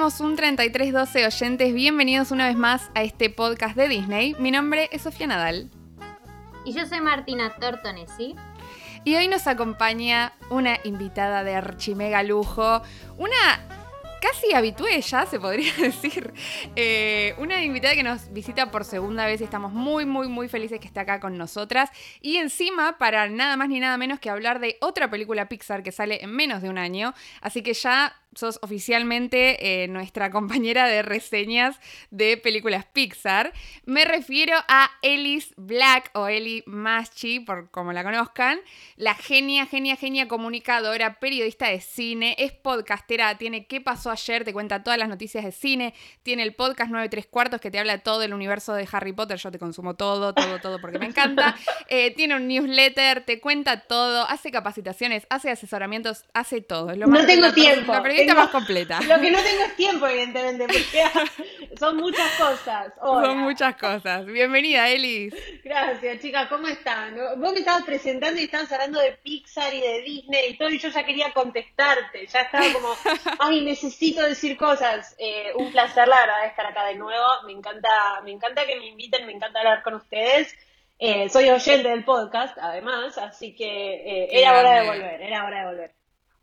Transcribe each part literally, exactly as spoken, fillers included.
somos un treinta y tres doce oyentes, bienvenidos una vez más a este podcast de Disney. Mi nombre es Sofía Nadal. Y yo soy Martina Tortonesi. Y hoy nos acompaña una invitada de archimega lujo, una casi habitué ya, se podría decir. Eh, una invitada que nos visita por segunda vez y estamos muy, muy, muy felices que esté acá con nosotras. Y encima, para nada más ni nada menos que hablar de otra película Pixar que sale en menos de un año. Así que ya sos oficialmente eh, nuestra compañera de reseñas de películas Pixar. Me refiero a Ellis Black o Ellie Masci, por como la conozcan. La genia, genia, genia comunicadora, periodista de cine, es podcastera, tiene ¿Qué pasó ayer? Te cuenta todas las noticias de cine. Tiene el podcast nueve tres cuartos que te habla todo el universo de Harry Potter. Yo te consumo todo, todo, todo porque me encanta. Eh, tiene un newsletter, te cuenta todo, hace capacitaciones, hace asesoramientos, hace todo. Es lo más no tengo la, tiempo. La periodista tengo, más completa. Lo que no tengo es tiempo, evidentemente, porque son muchas cosas. Hola. Son muchas cosas. Bienvenida, Ellis. Gracias, chicas. ¿Cómo están? Vos me estabas presentando y estabas hablando de Pixar y de Disney y todo, y yo ya quería contestarte. Ya estaba como, ay, necesito decir cosas. Eh, un placer, la verdad, estar acá de nuevo. Me encanta, me encanta que me inviten, me encanta hablar con ustedes. Eh, soy oyente del podcast, además, así que eh, era grande. hora de volver, era hora de volver.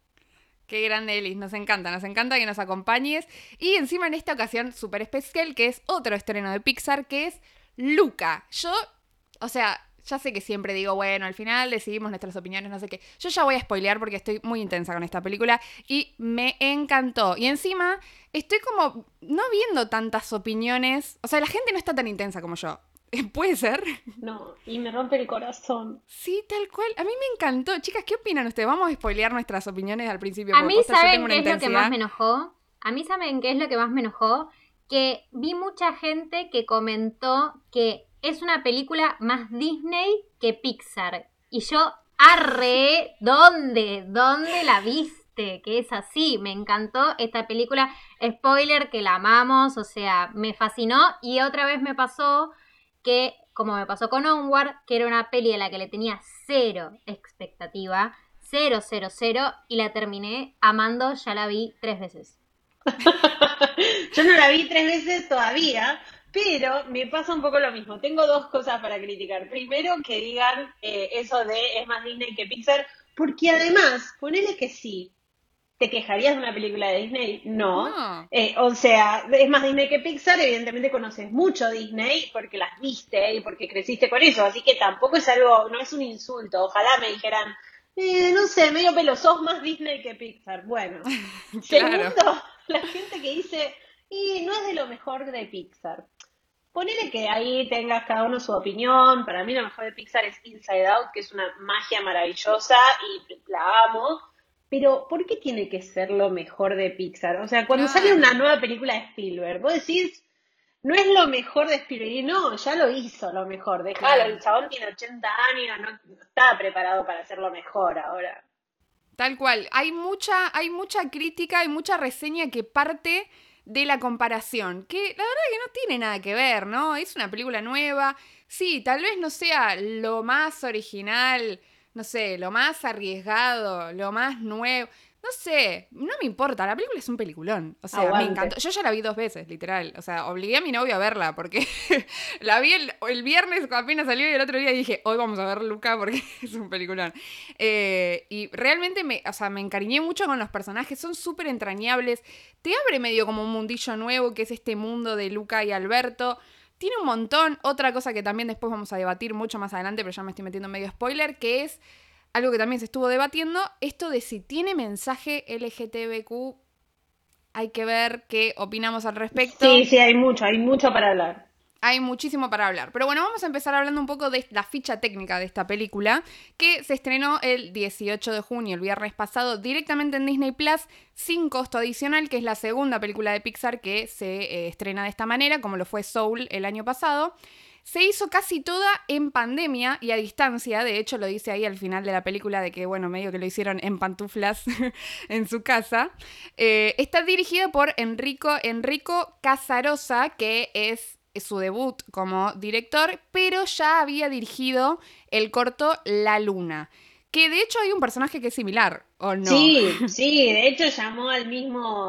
Qué grande, Ellis, nos encanta, nos encanta que nos acompañes. Y encima en esta ocasión súper especial, que es otro estreno de Pixar, que es Luca. Yo, o sea, ya sé que siempre digo, bueno, al final decidimos nuestras opiniones, no sé qué. Yo ya voy a spoilear porque estoy muy intensa con esta película y me encantó. Y encima estoy como no viendo tantas opiniones. O sea, la gente no está tan intensa como yo. ¿Puede ser? No, y me rompe el corazón. Sí, tal cual. A mí me encantó. Chicas, ¿qué opinan ustedes? Vamos a spoilear nuestras opiniones al principio. A mí, ¿saben qué es lo que más me enojó? A mí, ¿saben qué es lo que más me enojó? Que vi mucha gente que comentó que es una película más Disney que Pixar. Y yo, arre, ¿dónde? ¿Dónde la viste? Que es así. Me encantó esta película. Spoiler, que la amamos. O sea, me fascinó. Y otra vez me pasó que, como me pasó con Onward, que era una peli a la que le tenía cero expectativa, cero, cero, cero, y la terminé amando, ya la vi tres veces. Yo no la vi tres veces todavía, pero me pasa un poco lo mismo. Tengo dos cosas para criticar. Primero, que digan eh, eso de es más Disney que Pixar, porque además, ponele que sí. ¿Te quejarías de una película de Disney? No. No. Eh, o sea, es más Disney que Pixar, evidentemente conoces mucho Disney porque las viste y porque creciste con eso, así que tampoco es algo, no es un insulto. Ojalá me dijeran, eh, no sé, medio pelo, sos más Disney que Pixar. Bueno. Claro. Segundo, la gente que dice, y no es de lo mejor de Pixar. Ponele que ahí tengas cada uno su opinión. Para mí lo mejor de Pixar es Inside Out, que es una magia maravillosa y la amo. Pero, ¿por qué tiene que ser lo mejor de Pixar? O sea, cuando Claro. sale una nueva película de Spielberg, vos decís, no es lo mejor de Spielberg. Y no, ya lo hizo lo mejor. Dejalo, Claro. el chabón tiene ochenta años, no, no está preparado para hacer lo mejor ahora. Tal cual. Hay mucha, hay mucha crítica, hay mucha reseña que parte de la comparación, que la verdad que no tiene nada que ver, ¿no? Es una película nueva. Sí, tal vez no sea lo más original, no sé, lo más arriesgado, lo más nuevo. No sé, no me importa, la película es un peliculón. O sea, Aguante. me encantó. Yo ya la vi dos veces, literal. O sea, obligué a mi novio a verla porque la vi el, el viernes cuando apenas salió y el otro día dije, hoy vamos a ver Luca porque es un peliculón. Eh, y realmente me, o sea, me encariñé mucho con los personajes, son súper entrañables. Te abre medio como un mundillo nuevo que es este mundo de Luca y Alberto. Tiene un montón. Otra cosa que también después vamos a debatir mucho más adelante, pero ya me estoy metiendo en medio spoiler, que es algo que también se estuvo debatiendo, esto de si tiene mensaje L G T B Q. Hay que ver qué opinamos al respecto. Sí, sí, hay mucho, hay mucho para hablar. Hay muchísimo para hablar. Pero bueno, vamos a empezar hablando un poco de la ficha técnica de esta película, que se estrenó el dieciocho de junio, el viernes pasado, directamente en Disney Plus, sin costo adicional, que es la segunda película de Pixar que se eh, estrena de esta manera, como lo fue Soul el año pasado. Se hizo casi toda en pandemia y a distancia, de hecho lo dice ahí al final de la película de que, bueno, medio que lo hicieron en pantuflas en su casa. Eh, está dirigida por Enrico, Enrico Casarosa, que es su debut como director, pero ya había dirigido el corto La Luna, que de hecho hay un personaje que es similar, ¿o no? Sí, sí, de hecho llamó al mismo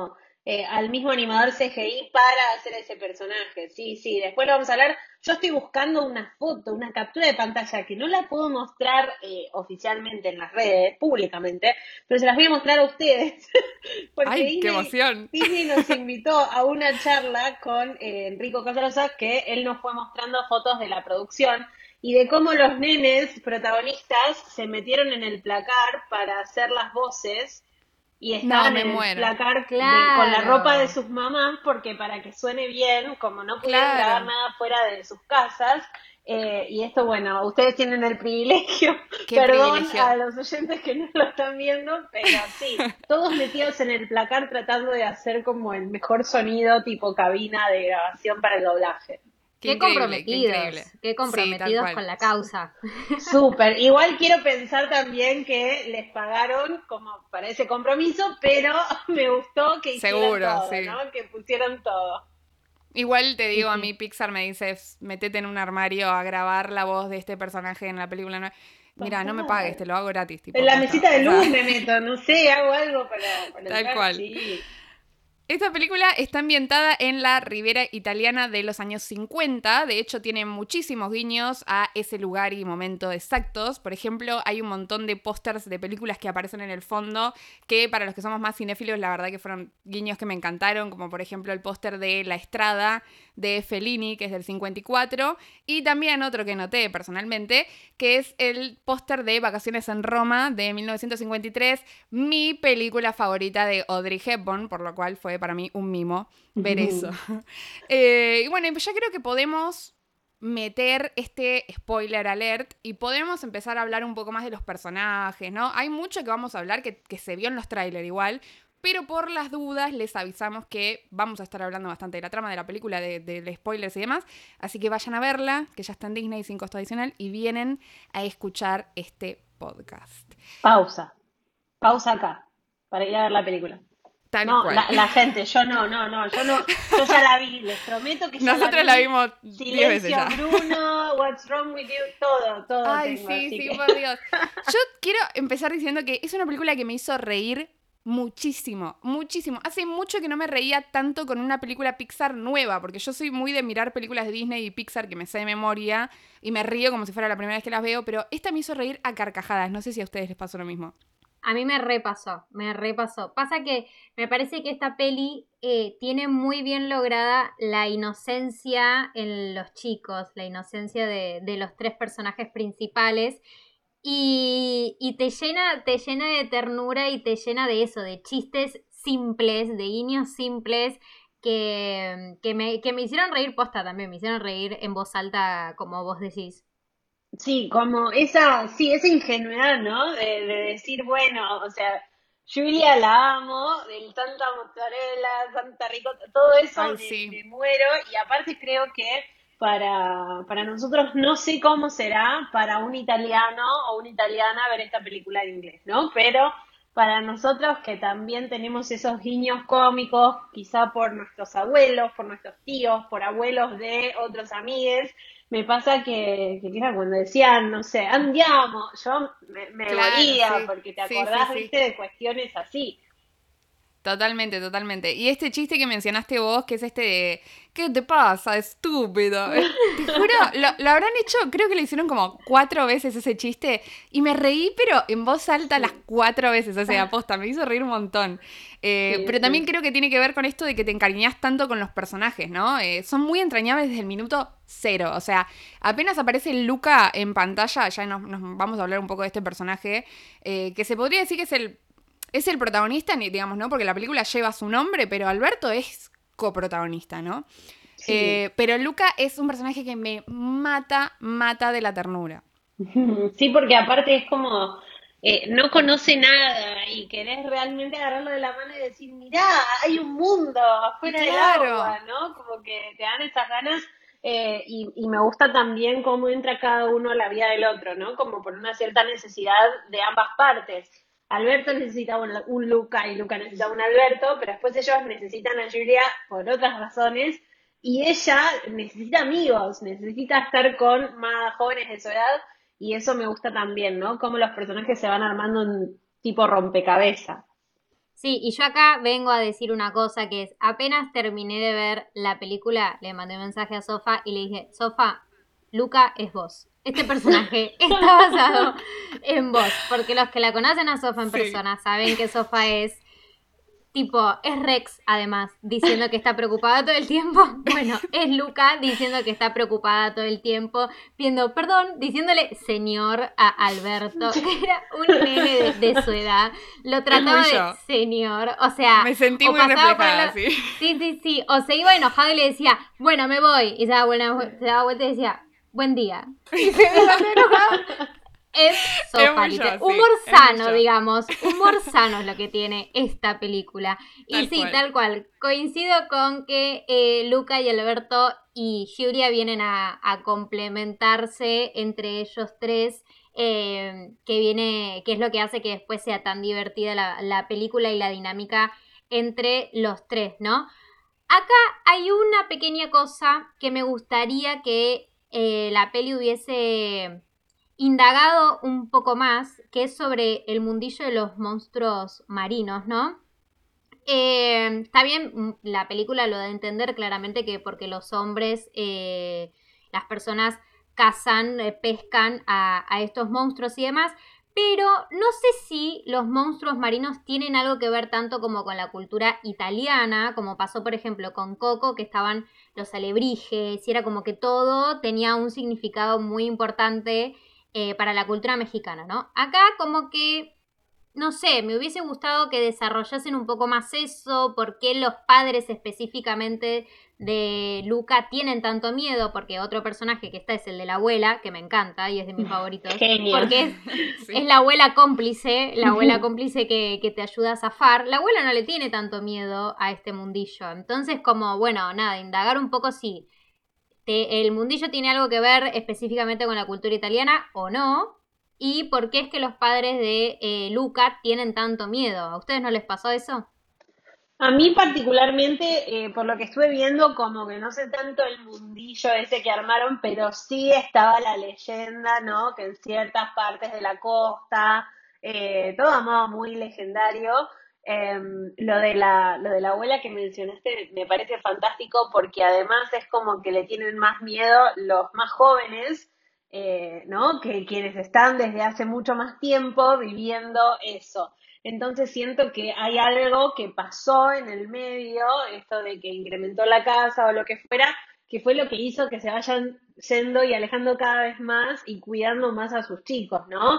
eh, al mismo animador C G I para hacer ese personaje. Sí, sí, después lo vamos a hablar. Yo estoy buscando una foto, una captura de pantalla que no la puedo mostrar eh, oficialmente en las redes, públicamente, pero se las voy a mostrar a ustedes. Porque ¡Ay, qué Disney, emoción! Disney nos invitó a una charla con eh, Enrico Casarosa, que él nos fue mostrando fotos de la producción y de cómo los nenes protagonistas se metieron en el placar para hacer las voces y No, estaban me en el muero. placar de, con la ropa de Claro. sus mamás porque para que suene bien, como no pudieron grabar Claro. nada fuera de sus casas, eh, y esto, bueno, ustedes tienen el privilegio, Qué perdón privilegio. a los oyentes que no lo están viendo, pero sí, todos metidos en el placar tratando de hacer como el mejor sonido tipo cabina de grabación para el doblaje. Qué Qué increíble, qué increíble. comprometidos, qué Sí, tal comprometidos cual. con la causa. Súper. Igual quiero pensar también que les pagaron como para ese compromiso, pero me gustó que hicieron Seguro, todo, sí. ¿no? Que pusieron todo. Igual te Sí, digo, a sí. mí Pixar me dice, metete en un armario a grabar la voz de este personaje en la película. No- Mira, no me pagues, te Total. lo hago gratis, En tipo, la posta. mesita de O sea, luz me meto, no sé, hago algo para, para tal entrar, cual. sí. Esta película está ambientada en la Ribera italiana de los años cincuenta. De hecho, tiene muchísimos guiños a ese lugar y momento exactos. Por ejemplo, hay un montón de pósters de películas que aparecen en el fondo que para los que somos más cinéfilos, la verdad que fueron guiños que me encantaron, como por ejemplo el póster de La Estrada de Fellini, que es del cincuenta y cuatro, y también otro que noté personalmente, que es el póster de Vacaciones en Roma de mil novecientos cincuenta y tres, mi película favorita de Audrey Hepburn, por lo cual fue para mí un mimo ver eso. eh, y bueno, ya creo que podemos meter este spoiler alert y podemos empezar a hablar un poco más de los personajes, ¿no? Hay mucho que vamos a hablar que, que se vio en los trailers igual, pero por las dudas les avisamos que vamos a estar hablando bastante de la trama de la película, de, de, de spoilers y demás, así que vayan a verla, que ya está en Disney sin costo adicional, y vienen a escuchar este podcast. Pausa. Pausa acá, para ir a ver la película. Tal No, cual. la, la gente, yo no, no, no, yo no, yo ya la vi, les prometo que ya Nosotros la la vi. vimos diez veces Silencio ya. Bruno, What's Wrong With You, todo, todo Ay, tengo, sí, así sí, que... por Dios. Yo quiero empezar diciendo que es una película que me hizo reír muchísimo, muchísimo. Hace mucho que no me reía tanto con una película Pixar nueva, porque yo soy muy de mirar películas de Disney y Pixar que me sé de memoria y me río como si fuera la primera vez que las veo, pero esta me hizo reír a carcajadas. No sé si a ustedes les pasó lo mismo. A mí me repasó, me repasó. Pasa que me parece que esta peli eh, tiene muy bien lograda la inocencia en los chicos, la inocencia de, de los tres personajes principales. Y, y te llena, te llena de ternura y te llena de eso, de chistes simples, de guiños simples que, que, me, que me hicieron reír posta también, me hicieron reír en voz alta, como vos decís. Sí, como esa, sí, esa ingenuidad, ¿no? De, de decir, bueno, o sea, Julia la amo, del tanta mozzarella, tanta ricota, todo eso Ay, me, sí. me muero y aparte creo que para, para nosotros no sé cómo será para un italiano o una italiana ver esta película en inglés, ¿no? Pero para nosotros que también tenemos esos guiños cómicos, quizá por nuestros abuelos, por nuestros tíos, por abuelos de otros amigues, me pasa que, que era cuando decían, no sé, andiamo, yo me, me Claro, moría sí. porque te Sí, sí, acordás, sí. viste, de cuestiones así. Totalmente, totalmente. Y este chiste que mencionaste vos, que es este de ¿qué te pasa, estúpido? Eh, Te juro, lo, lo habrán hecho, creo que lo hicieron como cuatro veces ese chiste. Y me reí, pero en voz alta las Sí, cuatro veces. O sea, aposta, me hizo reír un montón. Eh, sí, pero también sí. creo que tiene que ver con esto de que te encariñás tanto con los personajes, ¿no? Eh, son muy entrañables desde el minuto cero. O sea, apenas aparece Luca en pantalla, ya nos, nos vamos a hablar un poco de este personaje, eh, que se podría decir que es el es el protagonista, digamos, ¿no? Porque la película lleva su nombre, pero Alberto es coprotagonista, ¿no? Sí. Eh, pero Luca es un personaje que me mata, mata de la ternura. Sí, porque aparte es como, eh, no conoce nada y querés realmente agarrarlo de la mano y decir, mirá, hay un mundo afuera del Claro, agua, ¿no? Como que te dan esas ganas eh, y, y me gusta también cómo entra cada uno a la vida del otro, ¿no? Como por una cierta necesidad de ambas partes. Alberto necesita un, un Luca y Luca necesita un Alberto, pero después ellos necesitan a Julia por otras razones y ella necesita amigos, necesita estar con más jóvenes de su edad y eso me gusta también, ¿no? Cómo los personajes se van armando en tipo rompecabezas. Sí, y yo acá vengo a decir una cosa que es, apenas terminé de ver la película, le mandé un mensaje a Sofa y le dije, Sofa, Luca es vos. Este personaje está basado en vos, porque los que la conocen a Sofa en Sí. persona saben que Sofa es tipo, es Rex además, diciendo que está preocupada todo el tiempo. Bueno, es Luca diciendo que está preocupada todo el tiempo, viendo, perdón, diciéndole señor a Alberto, que era un nene de, de su edad. Lo trataba de señor, o sea... Me sentí o muy pasaba por reflejada, la- sí. Sí, sí, sí. O se iba enojado y le decía, bueno, me voy. Y se daba, buena, se daba vuelta y decía, buen día. Y se iba enojado. Es Sofa, Es muy yo, literal. sí, Humor es muy sano, yo. digamos. Humor sano es lo que tiene esta película. Y Tal sí, cual. tal cual. Coincido con que eh, Luca y Alberto y Julia vienen a, a complementarse entre ellos tres. eh, que viene, que es lo que hace que después sea tan divertida la, la película y la dinámica entre los tres, ¿no? Acá hay una pequeña cosa que me gustaría que eh, la peli hubiese indagado un poco más, que es sobre el mundillo de los monstruos marinos, ¿no? Eh, está bien, la película lo da a entender claramente que porque los hombres, eh, las personas cazan, eh, pescan a, a estos monstruos y demás, pero no sé si los monstruos marinos tienen algo que ver tanto como con la cultura italiana, como pasó por ejemplo con Coco, que estaban los alebrijes, y era como que todo tenía un significado muy importante eh, para la cultura mexicana, ¿no? Acá como que no sé, me hubiese gustado que desarrollasen un poco más eso, por qué los padres específicamente de Luca tienen tanto miedo, porque otro personaje que está es el de la abuela, que me encanta y es de mis favoritos, Genio. porque es, Sí. es la abuela cómplice, la abuela cómplice que, que te ayuda a zafar. La abuela no le tiene tanto miedo a este mundillo, entonces como, bueno, nada, indagar un poco si te- el mundillo tiene algo que ver específicamente con la cultura italiana o no. ¿Y por qué es que los padres de eh, Luca tienen tanto miedo? ¿A ustedes no les pasó eso? A mí particularmente, eh, por lo que estuve viendo, como que no sé tanto el mundillo ese que armaron, pero sí estaba la leyenda, ¿no? Que en ciertas partes de la costa, eh, todo a modo muy legendario. Eh, lo de la, lo de la abuela que mencionaste me parece fantástico porque además es como que le tienen más miedo los más jóvenes, eh, ¿no? Que quienes están desde hace mucho más tiempo viviendo eso. Entonces siento que hay algo que pasó en el medio, esto de que incrementó la casa o lo que fuera, que fue lo que hizo que se vayan yendo y alejando cada vez más y cuidando más a sus chicos, ¿no?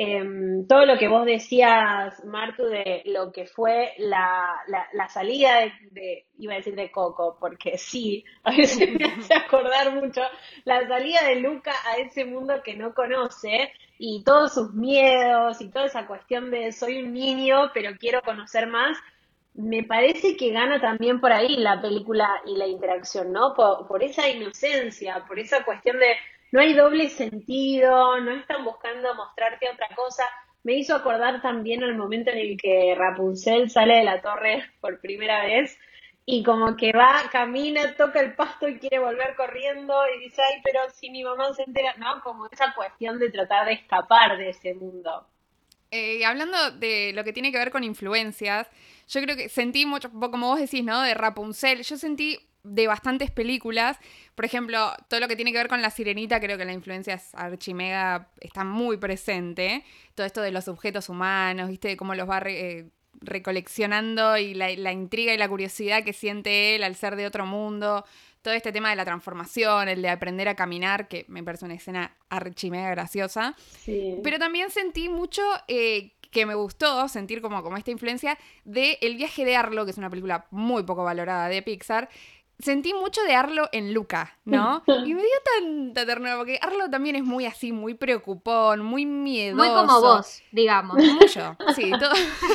Em, todo lo que vos decías, Martu, de lo que fue la, la, la salida de, de, iba a decir de Coco, porque sí, a veces me hace acordar mucho, la salida de Luca a ese mundo que no conoce, y todos sus miedos y toda esa cuestión de soy un niño pero quiero conocer más, me parece que gana también por ahí la película y la interacción, ¿no? Por, por esa inocencia, por esa cuestión de no hay doble sentido, no están buscando mostrarte otra cosa. Me hizo acordar también al momento en el que Rapunzel sale de la torre por primera vez y como que va, camina, toca el pasto y quiere volver corriendo y dice, ay, pero si mi mamá se entera, ¿no? Como esa cuestión de tratar de escapar de ese mundo. Eh, hablando de lo que tiene que ver con influencias, yo creo que sentí mucho, como vos decís, ¿no? De Rapunzel, yo sentí de bastantes películas, por ejemplo, todo lo que tiene que ver con La Sirenita, creo que la influencia es archimega, está muy presente, todo esto de los objetos humanos, ¿viste? De cómo los va re- eh, recoleccionando y la, la intriga y la curiosidad que siente él al ser de otro mundo, todo este tema de la transformación, el de aprender a caminar, que me parece una escena archimega graciosa. Sí. Pero también sentí mucho eh, que me gustó sentir como, como esta influencia de El viaje de Arlo, que es una película muy poco valorada de Pixar. Sentí mucho de Arlo en Luca, ¿no? Y me dio tanta ternura, porque Arlo también es muy así, muy preocupón, muy miedoso. Muy como vos, digamos. Muy yo, sí. Todo...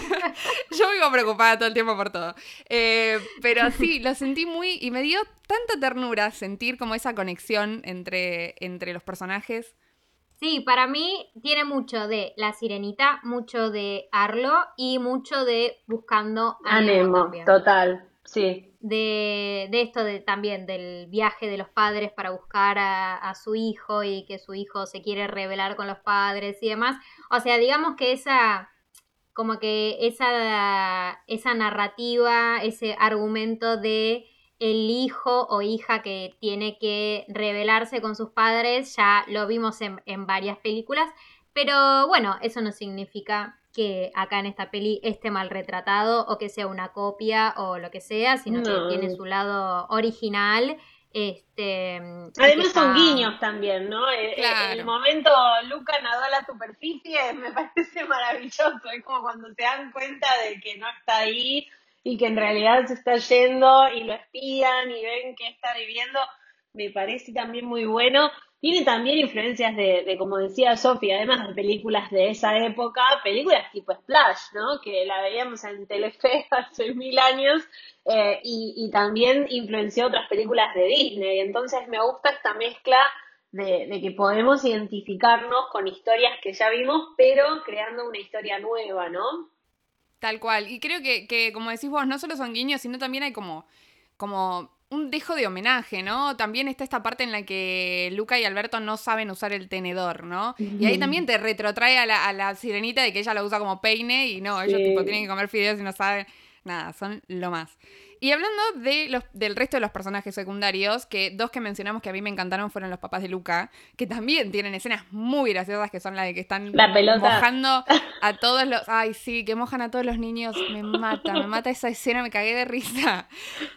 yo vivo preocupada todo el tiempo por todo. Eh, pero sí, lo sentí muy... Y me dio tanta ternura sentir como esa conexión entre, entre los personajes. Sí, para mí tiene mucho de La Sirenita, mucho de Arlo y mucho de Buscando a Nemo Anemo, también. total, sí. De, de esto de, también del viaje de los padres para buscar a, a su hijo y que su hijo se quiere rebelar con los padres y demás. O sea, digamos que esa como que esa, esa narrativa, ese argumento de el hijo o hija que tiene que rebelarse con sus padres, ya lo vimos en, en varias películas, pero bueno, eso no significa que acá en esta peli esté mal retratado o que sea una copia o lo que sea, sino no. que tiene su lado original. Este, Además está... son guiños también, ¿no? Claro. El, el momento Luca nadó a la superficie me parece maravilloso, es como cuando se dan cuenta de que no está ahí y que en realidad se está yendo y lo espían y ven que está viviendo, me parece también muy bueno. Tiene también influencias de, de como decía Sofía, además de películas de esa época, películas tipo Splash, ¿no? Que la veíamos en Telefe hace mil años, eh, y, y también influenció otras películas de Disney. Entonces me gusta esta mezcla de, de que podemos identificarnos con historias que ya vimos, pero creando una historia nueva, ¿no? Tal cual. Y creo que, que como decís vos, no solo son guiños, sino también hay como... como un dejo de homenaje, ¿no? También está esta parte en la que Luca y Alberto no saben usar el tenedor, ¿no? Mm. Y ahí también te retrotrae a la, a la sirenita de que ella lo usa como peine y no, sí. ellos tipo tienen que comer fideos y no saben nada, son lo más. Y hablando de los, del resto de los personajes secundarios, que dos que mencionamos que a mí me encantaron fueron los papás de Luca, que también tienen escenas muy graciosas, que son las de que están mojando a todos los... Ay, sí, que mojan a todos los niños, me mata, me mata esa escena, me cagué de risa.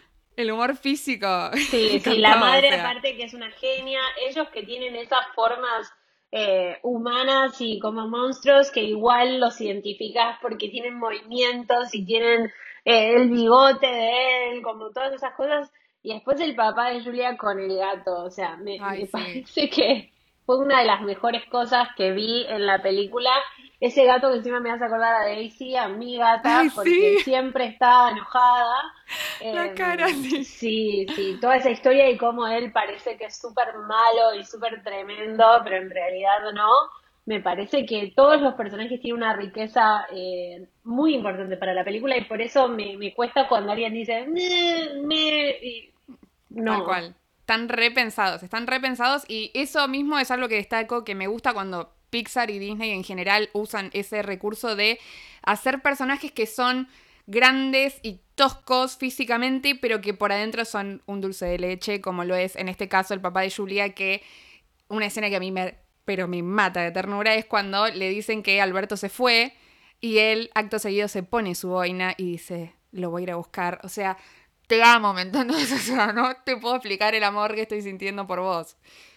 El humor físico. Sí, sí, la madre, o sea. Aparte que es una genia, ellos que tienen esas formas eh, humanas y como monstruos que igual los identificás porque tienen movimientos y tienen eh, el bigote de él, como todas esas cosas. Y después el papá de Julia con el gato, o sea, me, Ay, me sí. parece que fue una de las mejores cosas que vi en la película. Ese gato que encima me hace acordar a Daisy, a mi gata, Ay, porque sí. siempre está enojada. La eh, cara, sí. Sí, sí, toda esa historia y cómo él parece que es súper malo y súper tremendo, pero en realidad no. Me parece que todos los personajes tienen una riqueza eh, muy importante para la película y por eso me, me cuesta cuando alguien dice, me, me, y no. Tal cual. Están repensados, están repensados y eso mismo es algo que destaco que me gusta cuando Pixar y Disney en general usan ese recurso de hacer personajes que son grandes y toscos físicamente, pero que por adentro son un dulce de leche, como lo es en este caso el papá de Julia, que una escena que a mí me, pero me mata de ternura es cuando le dicen que Alberto se fue y él acto seguido se pone su boina y dice, lo voy a ir a buscar, o sea, te amo, ¿me entiendes? O sea, no te puedo explicar el amor que estoy sintiendo por vos.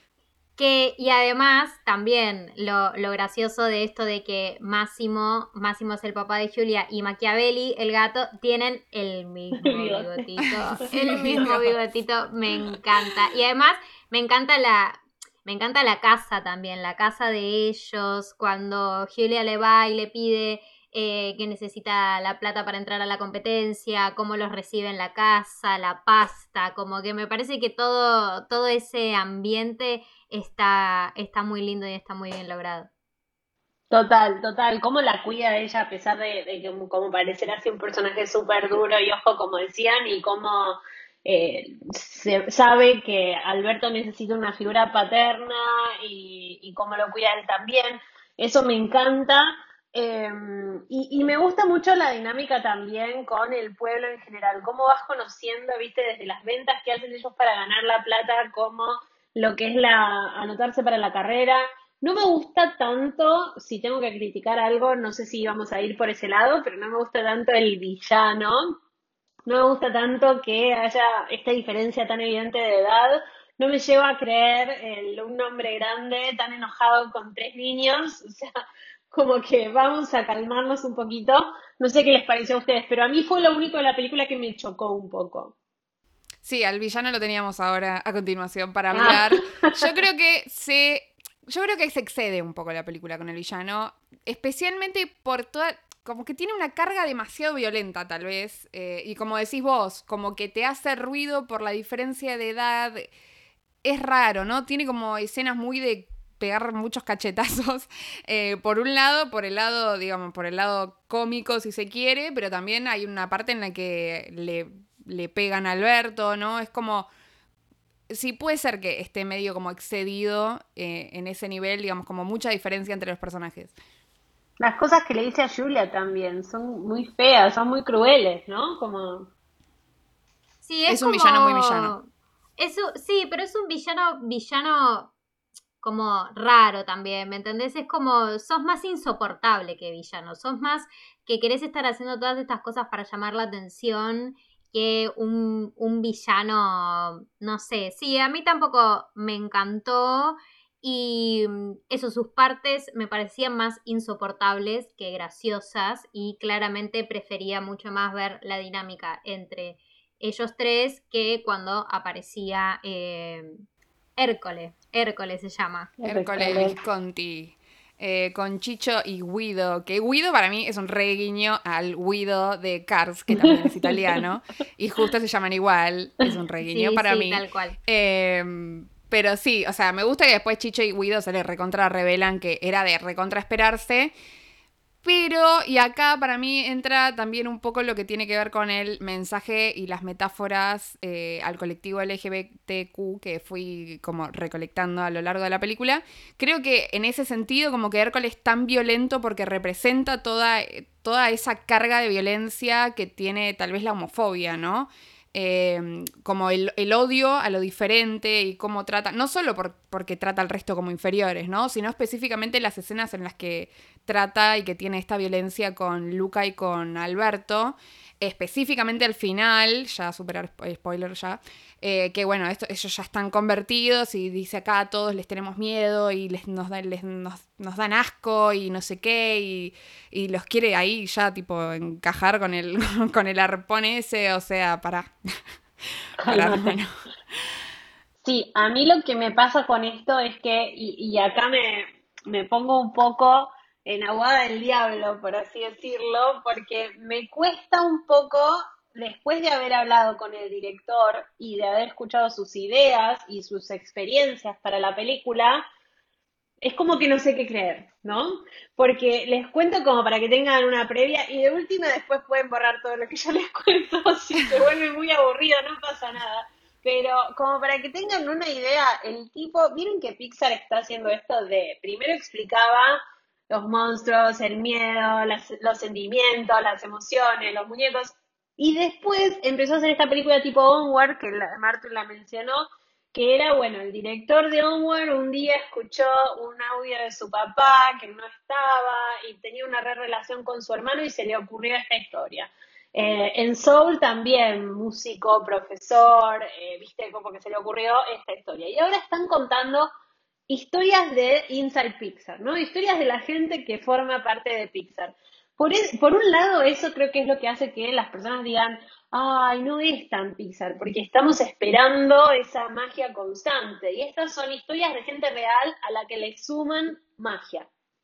Que, y además, también lo, lo gracioso de esto de que Máximo, Máximo es el papá de Julia y Machiavelli, el gato, tienen el mismo bigotito. Sí, el mismo no. bigotito, me encanta. Y además, me encanta la... Me encanta la casa también, la casa de ellos, cuando Julia le va y le pide eh, que necesita la plata para entrar a la competencia, cómo los recibe en la casa, la pasta, como que me parece que todo, todo ese ambiente está, está muy lindo y está muy bien logrado. Total, total. Cómo la cuida ella a pesar de, de que como parecerá así un personaje súper duro y ojo, como decían, y cómo eh, se sabe que Alberto necesita una figura paterna y, y cómo lo cuida él también. Eso me encanta. Eh, y, y me gusta mucho la dinámica también con el pueblo en general. Cómo vas conociendo, viste, desde las ventas que hacen ellos para ganar la plata, como lo que es la anotarse para la carrera. No me gusta tanto, si tengo que criticar algo, no sé si vamos a ir por ese lado, pero no me gusta tanto el villano. No me gusta tanto que haya esta diferencia tan evidente de edad. No me lleva a creer el, un hombre grande tan enojado con tres niños. O sea, como que vamos a calmarnos un poquito. No sé qué les pareció a ustedes, pero a mí fue lo único de la película que me chocó un poco. Sí, al villano lo teníamos ahora a continuación para hablar. Ah. Yo creo que se... Yo creo que se excede un poco la película con el villano, especialmente por toda... Como que tiene una carga demasiado violenta, tal vez, eh, y como decís vos, como que te hace ruido por la diferencia de edad. Es raro, ¿no? Tiene como escenas muy de pegar muchos cachetazos, eh, por un lado, por el lado, digamos, por el lado cómico, si se quiere, pero también hay una parte en la que le, le pegan a Alberto, ¿no? Es como... Sí, puede ser que esté medio como excedido eh, en ese nivel, digamos, como mucha diferencia entre los personajes. Las cosas que le dice a Julia también son muy feas, son muy crueles, ¿no? Como, Sí, es Es un villano muy villano. como... Eso, sí, pero es un villano, villano como raro también, ¿me entendés? Es como, sos más insoportable que villano, sos más que querés estar haciendo todas estas cosas para llamar la atención que un, un villano, no sé, sí, a mí tampoco me encantó y mm, eso, sus partes me parecían más insoportables que graciosas y claramente prefería mucho más ver la dinámica entre ellos tres que cuando aparecía eh, Hércules, Hércules se llama. Hércules Hércules. Visconti. Eh, con Chicho y Guido, que Guido para mí es un re guiño al Guido de Cars, que también es italiano, y justo se llaman igual, es un re guiño Sí, para sí, mí. tal cual. Eh, pero sí, o sea, me gusta que después Chicho y Guido se le recontra revelan que era de recontra esperarse. Pero, y acá para mí entra también un poco lo que tiene que ver con el mensaje y las metáforas eh, al colectivo L G B T Q que fui como recolectando a lo largo de la película. Creo que en ese sentido como que Hércules es tan violento porque representa toda, toda esa carga de violencia que tiene tal vez la homofobia, ¿no? Eh, como el, el odio a lo diferente y cómo trata, no solo por, porque trata al resto como inferiores, ¿no? Sino específicamente las escenas en las que trata y que tiene esta violencia con Luca y con Alberto, específicamente al final, ya superar spoiler ya, eh, que bueno, esto, ellos ya están convertidos y dice acá a todos les tenemos miedo y les, nos, dan, les, nos, nos dan asco y no sé qué y, y los quiere ahí ya tipo encajar con el, con el arpón ese, o sea, para, para, Cálmate. bueno. Sí, a mí lo que me pasa con esto es que, y, y acá me, me pongo un poco en aguada del diablo, por así decirlo, porque me cuesta un poco, después de haber hablado con el director y de haber escuchado sus ideas y sus experiencias para la película, es como que no sé qué creer, ¿no? Porque les cuento como para que tengan una previa y de última después pueden borrar todo lo que yo les cuento, si se vuelve muy aburrido no pasa nada. Pero como para que tengan una idea, el tipo, miren que Pixar está haciendo esto de, primero explicaba los monstruos, el miedo, las- los sentimientos, las emociones, los muñecos, y después empezó a hacer esta película tipo Onward, que la, Martu la mencionó, que era, bueno, el director de Onward un día escuchó un audio de su papá que no estaba y tenía una re relación con su hermano y se le ocurrió esta historia. Eh, en Soul también, músico, profesor, eh, viste, como que se le ocurrió esta historia. Y ahora están contando historias de Inside Pixar, ¿no? Historias de la gente que forma parte de Pixar. Por, e- por un lado, eso creo que es lo que hace que las personas digan, ay, no es tan Pixar, porque estamos esperando esa magia constante. Y estas son historias de gente real a la que le suman magia.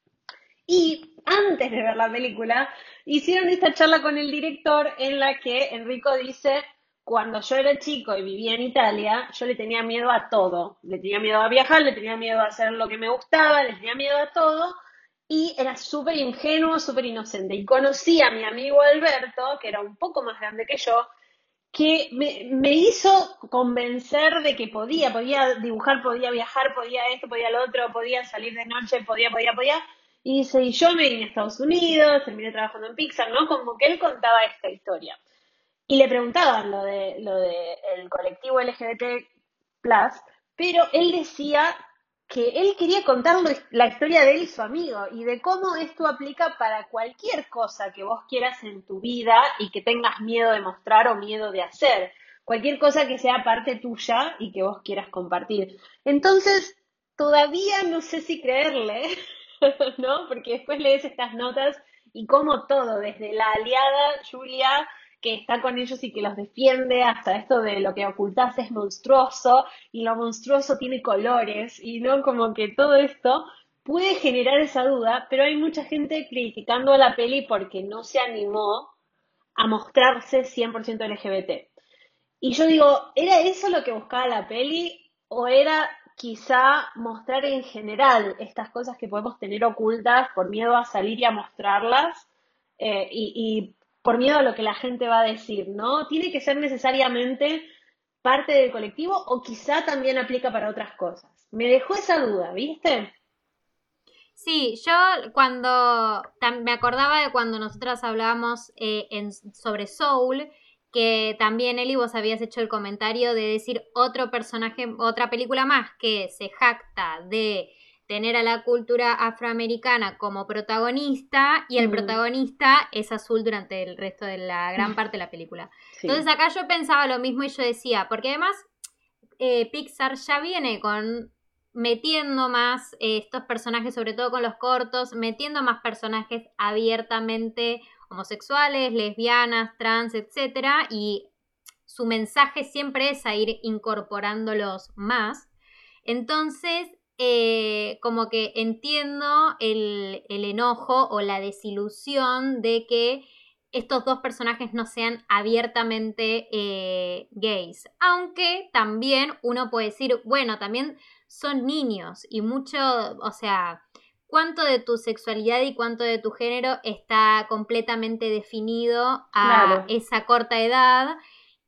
Y antes de ver la película, hicieron esta charla con el director en la que Enrico dice, cuando yo era chico y vivía en Italia, yo le tenía miedo a todo. Le tenía miedo a viajar, le tenía miedo a hacer lo que me gustaba, le tenía miedo a todo. Y era súper ingenuo, súper inocente. Y conocí a mi amigo Alberto, que era un poco más grande que yo, que me, me hizo convencer de que podía, podía dibujar, podía viajar, podía esto, podía lo otro, podía salir de noche, podía, podía, podía. Y dice, y yo me vine a Estados Unidos, terminé trabajando en Pixar, ¿no? Como que él contaba esta historia. Y le preguntaban lo de, lo de el colectivo L G B T plus, pero él decía que él quería contar la historia de él y su amigo y de cómo esto aplica para cualquier cosa que vos quieras en tu vida y que tengas miedo de mostrar o miedo de hacer. Cualquier cosa que sea parte tuya y que vos quieras compartir. Entonces, todavía no sé si creerle, ¿no? Porque después lees estas notas y como todo, desde la aliada Julia que está con ellos y que los defiende, hasta esto de lo que ocultás es monstruoso y lo monstruoso tiene colores y no como que todo esto puede generar esa duda, pero hay mucha gente criticando a la peli porque no se animó a mostrarse cien por ciento L G B T. Y yo digo, ¿era eso lo que buscaba la peli o era quizá mostrar en general estas cosas que podemos tener ocultas por miedo a salir y a mostrarlas eh, y, y por miedo a lo que la gente va a decir, ¿no? ¿Tiene que ser necesariamente parte del colectivo o quizá también aplica para otras cosas? Me dejó esa duda, ¿viste? Sí, yo cuando me acordaba de cuando nosotras hablábamos eh, en, sobre Soul, que también Eli vos habías hecho el comentario de decir otro personaje, otra película más que se jacta de tener a la cultura afroamericana como protagonista y el mm. protagonista es azul durante el resto de la gran parte de la película. Sí. Entonces acá yo pensaba lo mismo y yo decía, porque además eh, Pixar ya viene con metiendo más eh, estos personajes, sobre todo con los cortos, metiendo más personajes abiertamente homosexuales, lesbianas, trans, etcétera, y su mensaje siempre es a ir incorporándolos más. Entonces, eh, como que entiendo el, el enojo o la desilusión de que estos dos personajes no sean abiertamente eh, gays. Aunque también uno puede decir, bueno, también son niños y mucho, o sea, cuánto de tu sexualidad y cuánto de tu género está completamente definido a claro. esa corta edad.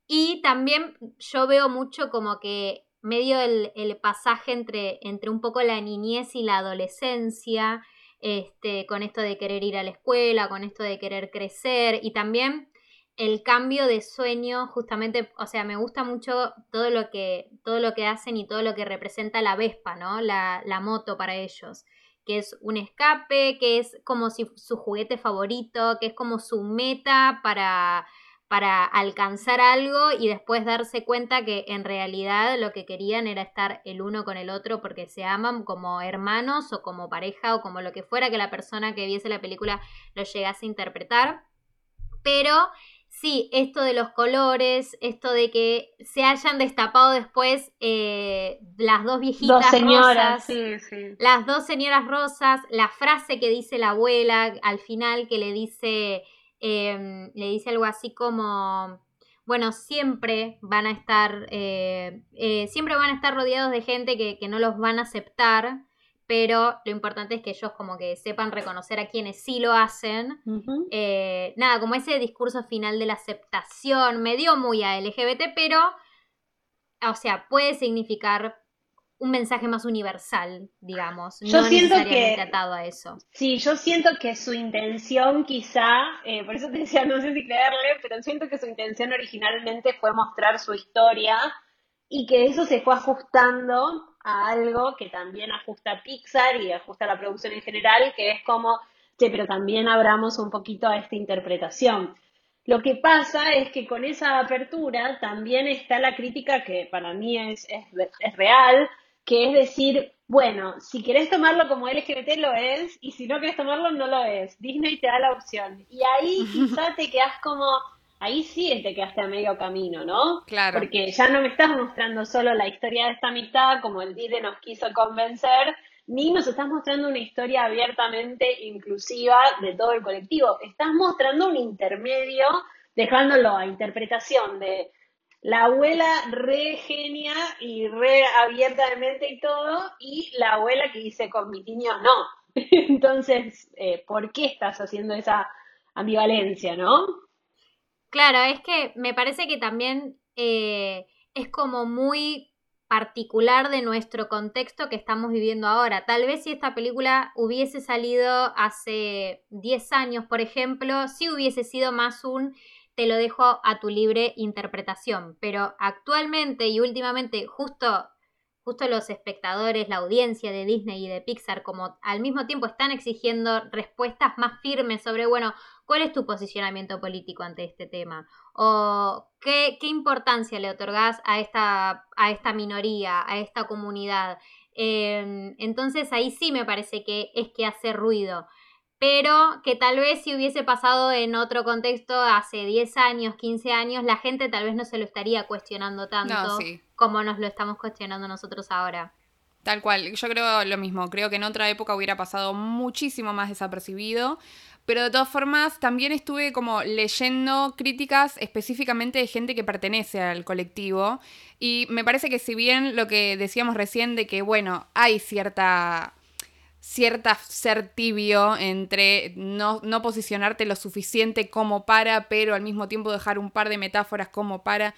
Y también yo veo mucho como que medio el, el pasaje entre, entre un poco la niñez y la adolescencia, este, con esto de querer ir a la escuela, con esto de querer crecer y también el cambio de sueño, justamente, o sea, me gusta mucho todo lo que, todo lo que hacen y todo lo que representa la Vespa, ¿no? La, la moto para ellos, que es un escape, que es como si su juguete favorito, que es como su meta para, para alcanzar algo y después darse cuenta que en realidad lo que querían era estar el uno con el otro porque se aman como hermanos o como pareja o como lo que fuera que la persona que viese la película lo llegase a interpretar. Pero sí, esto de los colores, esto de que se hayan destapado después eh, las dos viejitas dos señoras, rosas, sí, sí. las dos señoras rosas, la frase que dice la abuela al final que le dice, eh, le dice algo así como, bueno, siempre van a estar, eh, eh, siempre van a estar rodeados de gente que, que no los van a aceptar, pero lo importante es que ellos como que sepan reconocer a quienes sí lo hacen. Uh-huh. Eh, nada, como ese discurso final de la aceptación, me dio muy a L G B T, pero, o sea, puede significar un mensaje más universal, digamos, yo no siento necesariamente que, atado a eso. Sí, yo siento que su intención quizá, eh, por eso te decía, no sé si creerle, pero siento que su intención originalmente fue mostrar su historia y que eso se fue ajustando a algo que también ajusta a Pixar y ajusta a la producción en general, que es como, che, pero también abramos un poquito a esta interpretación. Lo que pasa es que con esa apertura también está la crítica que para mí es, es, es real, que es decir, bueno, si querés tomarlo como L G B T lo es, y si no querés tomarlo no lo es. Disney te da la opción. Y ahí quizá te quedás como... Ahí sí te quedaste a medio camino, ¿no? Claro. Porque ya no me estás mostrando solo la historia de esta amistad como el Disney nos quiso convencer, ni nos estás mostrando una historia abiertamente inclusiva de todo el colectivo. Estás mostrando un intermedio, dejándolo a interpretación de la abuela re genia y re abierta de mente y todo, y la abuela que dice con mis niños no. Entonces, eh, ¿por qué estás haciendo esa ambivalencia, no? Claro, es que me parece que también eh, es como muy particular de nuestro contexto que estamos viviendo ahora. Tal vez si esta película hubiese salido hace diez años, por ejemplo, sí hubiese sido más un te lo dejo a tu libre interpretación. Pero actualmente y últimamente justo... Justo los espectadores, la audiencia de Disney y de Pixar, como al mismo tiempo están exigiendo respuestas más firmes sobre, bueno, ¿cuál es tu posicionamiento político ante este tema? O ¿qué, qué importancia le otorgás a esta, a esta minoría, a esta comunidad? Eh, entonces ahí sí me parece que es que hace ruido. Pero que tal vez si hubiese pasado en otro contexto hace diez años, quince años, la gente tal vez no se lo estaría cuestionando tanto no, sí. como nos lo estamos cuestionando nosotros ahora. Tal cual, yo creo lo mismo, creo que en otra época hubiera pasado muchísimo más desapercibido, pero de todas formas también estuve como leyendo críticas específicamente de gente que pertenece al colectivo y me parece que si bien lo que decíamos recién de que, bueno, hay cierta... cierta ser tibio entre no, no posicionarte lo suficiente como para, pero al mismo tiempo dejar un par de metáforas como para.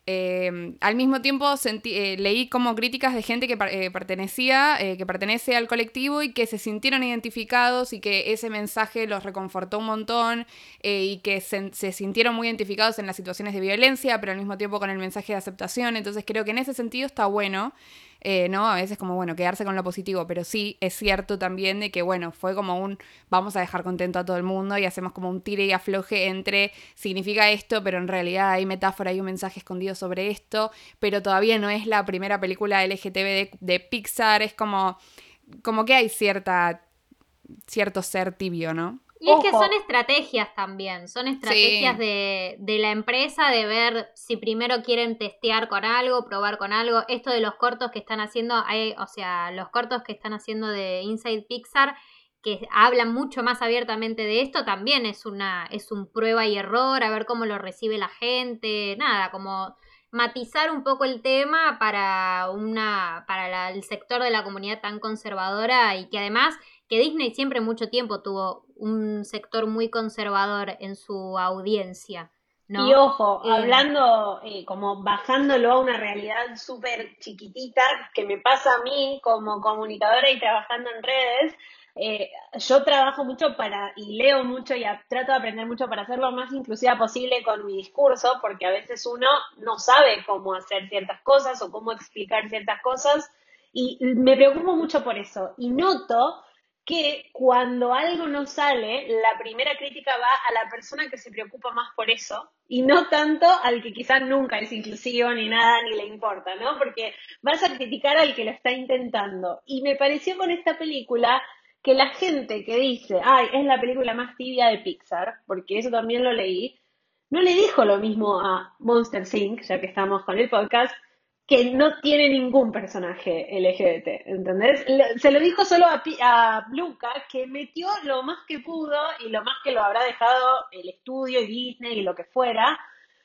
Eh, al mismo tiempo sentí, eh, leí como críticas de gente que eh, pertenecía, eh, que pertenece al colectivo y que se sintieron identificados y que ese mensaje los reconfortó un montón eh, y que se, se sintieron muy identificados en las situaciones de violencia, pero al mismo tiempo con el mensaje de aceptación. Entonces creo que en ese sentido está bueno. Eh, ¿no? A veces como, bueno, quedarse con lo positivo, pero sí es cierto también de que, bueno, fue como un vamos a dejar contento a todo el mundo y hacemos como un tire y afloje entre significa esto, pero en realidad hay metáfora, hay un mensaje escondido sobre esto, pero todavía no es la primera película L G T B de, de Pixar, es como, como que hay cierta, cierto ser tibio, ¿no? Y es que son estrategias también, son estrategias Sí. de, de la empresa de ver si primero quieren testear con algo, probar con algo. Esto de los cortos que están haciendo, hay, o sea, los cortos que están haciendo de Inside Pixar, que hablan mucho más abiertamente de esto, también es una es un prueba y error, a ver cómo lo recibe la gente, nada, como matizar un poco el tema para una para la, el sector de la comunidad tan conservadora y que además que Disney siempre mucho tiempo tuvo un sector muy conservador en su audiencia, ¿no? Y ojo, Eh, hablando, eh, como bajándolo a una realidad súper chiquitita que me pasa a mí como comunicadora y trabajando en redes, eh, yo trabajo mucho para y leo mucho y a- trato de aprender mucho para ser lo más inclusiva posible con mi discurso, porque a veces uno no sabe cómo hacer ciertas cosas o cómo explicar ciertas cosas y me preocupo mucho por eso. Y noto que cuando algo no sale, la primera crítica va a la persona que se preocupa más por eso y no tanto al que quizás nunca es inclusivo ni nada ni le importa, ¿no? Porque vas a criticar al que lo está intentando. Y me pareció con esta película que la gente que dice, ay, es la película más tibia de Pixar, porque eso también lo leí, no le dijo lo mismo a Monster inc, ya que estamos con el podcast, que no tiene ningún personaje L G B T, ¿entendés? Le- Se lo dijo solo a, Pi- a Luca, que metió lo más que pudo y lo más que lo habrá dejado el estudio y Disney y lo que fuera,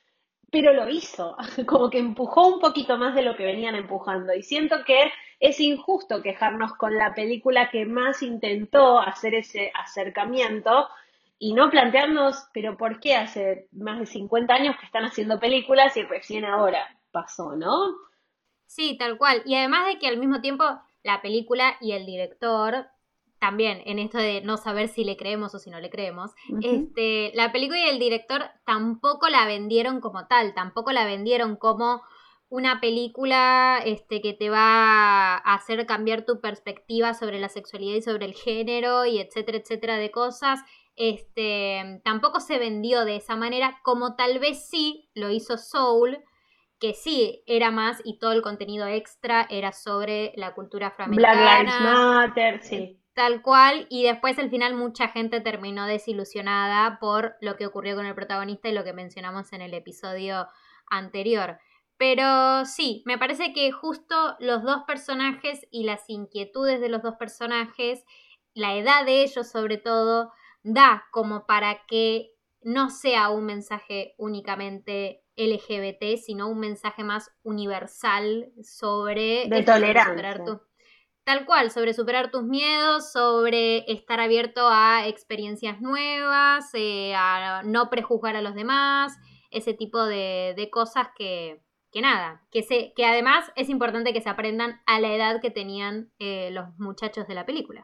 pero lo hizo, como que empujó un poquito más de lo que venían empujando. Y siento que es injusto quejarnos con la película que más intentó hacer ese acercamiento y no plantearnos, pero ¿por qué hace más de cincuenta años que están haciendo películas y recién ahora pasó, ¿no? Sí, tal cual. Y además de que al mismo tiempo la película y el director, también en esto de no saber si le creemos o si no le creemos, Ujú. este, la película y el director tampoco la vendieron como tal, tampoco la vendieron como una película este, que te va a hacer cambiar tu perspectiva sobre la sexualidad y sobre el género y etcétera, etcétera de cosas. Este, tampoco se vendió de esa manera como tal vez sí lo hizo Soul, que sí era más y todo el contenido extra era sobre la cultura Black Lives afroamericana, Matter, eh, sí. tal cual, y después al final mucha gente terminó desilusionada por lo que ocurrió con el protagonista y lo que mencionamos en el episodio anterior. Pero sí, me parece que justo los dos personajes y las inquietudes de los dos personajes, la edad de ellos sobre todo, da como para que no sea un mensaje únicamente L G B T, sino un mensaje más universal sobre De esto, sobre superar tolerancia. tu, tal cual, sobre superar tus miedos, sobre estar abierto a experiencias nuevas, eh, a no prejuzgar a los demás, ese tipo de, de cosas que, que nada, que, se, que además es importante que se aprendan a la edad que tenían eh, los muchachos de la película.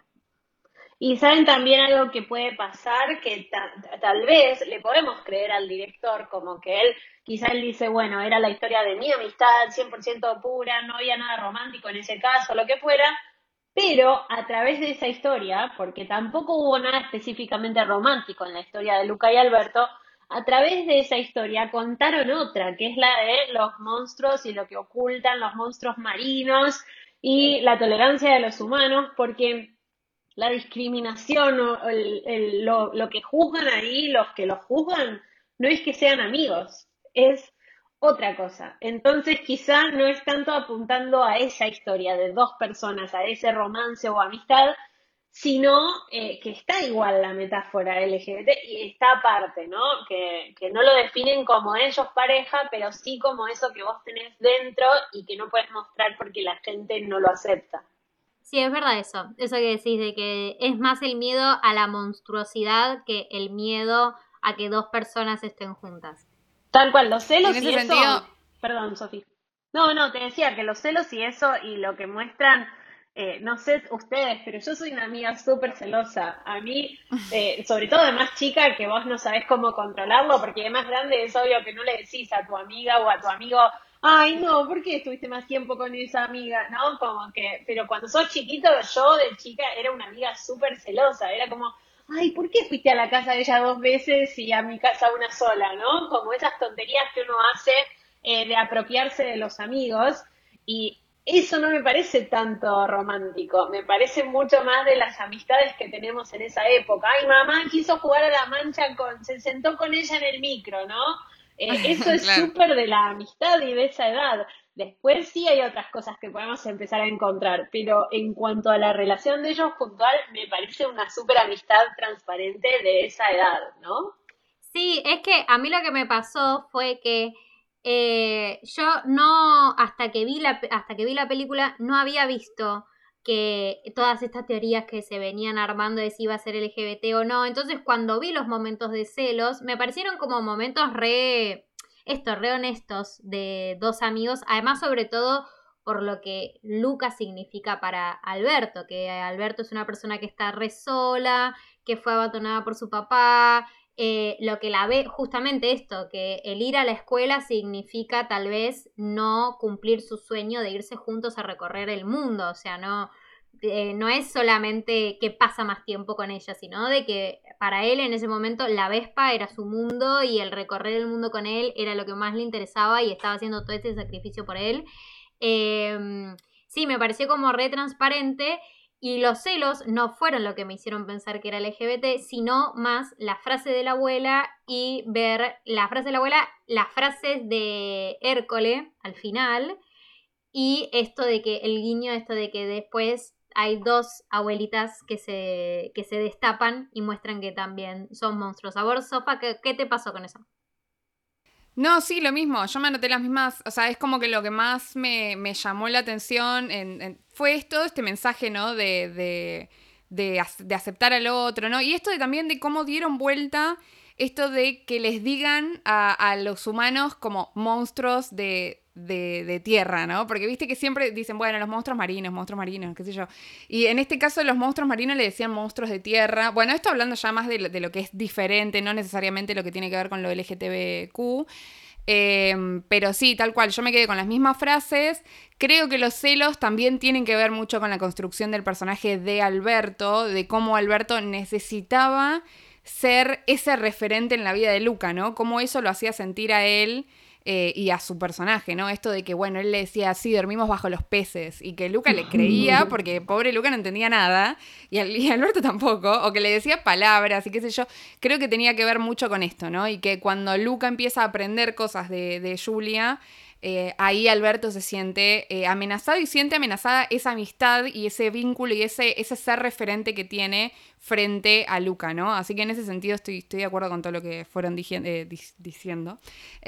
Y saben también algo que puede pasar, que ta- tal vez le podemos creer al director, como que él, quizá él dice, bueno, era la historia de mi amistad, cien por ciento pura, no había nada romántico en ese caso, lo que fuera, pero a través de esa historia, porque tampoco hubo nada específicamente romántico en la historia de Luca y Alberto, a través de esa historia contaron otra, que es la de los monstruos y lo que ocultan los monstruos marinos y la tolerancia de los humanos, porque la discriminación o el- el- lo, lo que juzgan ahí, los que los juzgan, no es que sean amigos, es otra cosa. Entonces quizá no es tanto apuntando a esa historia de dos personas, a ese romance o amistad, sino eh, que está igual la metáfora L G B T y está aparte, ¿no? Que, que no lo definen como ellos pareja, pero sí como eso que vos tenés dentro y que no puedes mostrar porque la gente no lo acepta. Sí, es verdad eso, eso que decís de que es más el miedo a la monstruosidad que el miedo a que dos personas estén juntas. Tal cual, los En celos y ese eso sentido, Perdón, Sofi. No, no, te decía que los celos y eso y lo que muestran, eh, no sé ustedes, pero yo soy una amiga súper celosa. A mí, eh, sobre todo de más chica, que vos no sabés cómo controlarlo, porque de más grande es obvio que no le decís a tu amiga o a tu amigo, ay, no, ¿por qué estuviste más tiempo con esa amiga? ¿No? Como que, pero cuando sos chiquito, yo de chica era una amiga súper celosa, era como, ay, ¿por qué fuiste a la casa de ella dos veces y a mi casa una sola? ¿No? Como esas tonterías que uno hace eh, de apropiarse de los amigos y eso no me parece tanto romántico, me parece mucho más de las amistades que tenemos en esa época. Ay, mamá quiso jugar a la mancha con, se sentó con ella en el micro, ¿no? Eh, eso es Claro. súper de la amistad y de esa edad. Después sí hay otras cosas que podemos empezar a encontrar, pero en cuanto a la relación de ellos puntual, me parece una súper amistad transparente de esa edad, ¿no? Sí, es que a mí lo que me pasó fue que eh, yo no, hasta que vi la, hasta que vi la película, no había visto que todas estas teorías que se venían armando de si iba a ser L G B T o no. Entonces, cuando vi los momentos de celos, me parecieron como momentos re, estos, re honestos de dos amigos. Además, sobre todo por lo que Lucas significa para Alberto, que Alberto es una persona que está re sola, que fue abandonada por su papá, eh, lo que la ve, justamente esto, que el ir a la escuela significa tal vez no cumplir su sueño de irse juntos a recorrer el mundo, o sea, no, eh, no es solamente que pasa más tiempo con ella, sino de que para él en ese momento la Vespa era su mundo y el recorrer el mundo con él era lo que más le interesaba y estaba haciendo todo este sacrificio por él. Eh, sí, me pareció como re transparente. Y los celos no fueron lo que me hicieron pensar que era L G B T, sino más la frase de la abuela y ver la frase de la abuela, las frases de Hércole al final, y esto de que, el guiño, esto de que después hay dos abuelitas que se, que se destapan y muestran que también son monstruos. A vos, Sofa, ¿qué, qué te pasó con eso? No, sí, lo mismo. Yo me anoté las mismas. O sea, es como que lo que más me, me llamó la atención en, en- fue esto, este mensaje, ¿no? De, de, de, ac- de aceptar al otro, ¿no? Y esto de, también de cómo dieron vuelta esto de que les digan a, a los humanos como monstruos de, de, de tierra, ¿no? Porque viste que siempre dicen, bueno, los monstruos marinos, monstruos marinos, qué sé yo. Y en este caso los monstruos marinos le decían monstruos de tierra. Bueno, esto hablando ya más de lo, de lo que es diferente, no necesariamente lo que tiene que ver con lo L G T B Q. Eh, pero sí, tal cual, yo me quedé con las mismas frases. Creo que los celos también tienen que ver mucho con la construcción del personaje de Alberto, de cómo Alberto necesitaba ser ese referente en la vida de Luca, ¿no? Cómo eso lo hacía sentir a él eh, y a su personaje, ¿no? Esto de que, bueno, él le decía, sí, dormimos bajo los peces, y que Luca le creía, porque pobre Luca no entendía nada, y, al, y Alberto tampoco, o que le decía palabras y qué sé yo. Creo que tenía que ver mucho con esto, ¿no? Y que cuando Luca empieza a aprender cosas de, de Julia, eh, ahí Alberto se siente eh, amenazado y siente amenazada esa amistad y ese vínculo y ese, ese ser referente que tiene frente a Luca, ¿no? Así que en ese sentido estoy, estoy de acuerdo con todo lo que fueron digi- eh, dis- diciendo.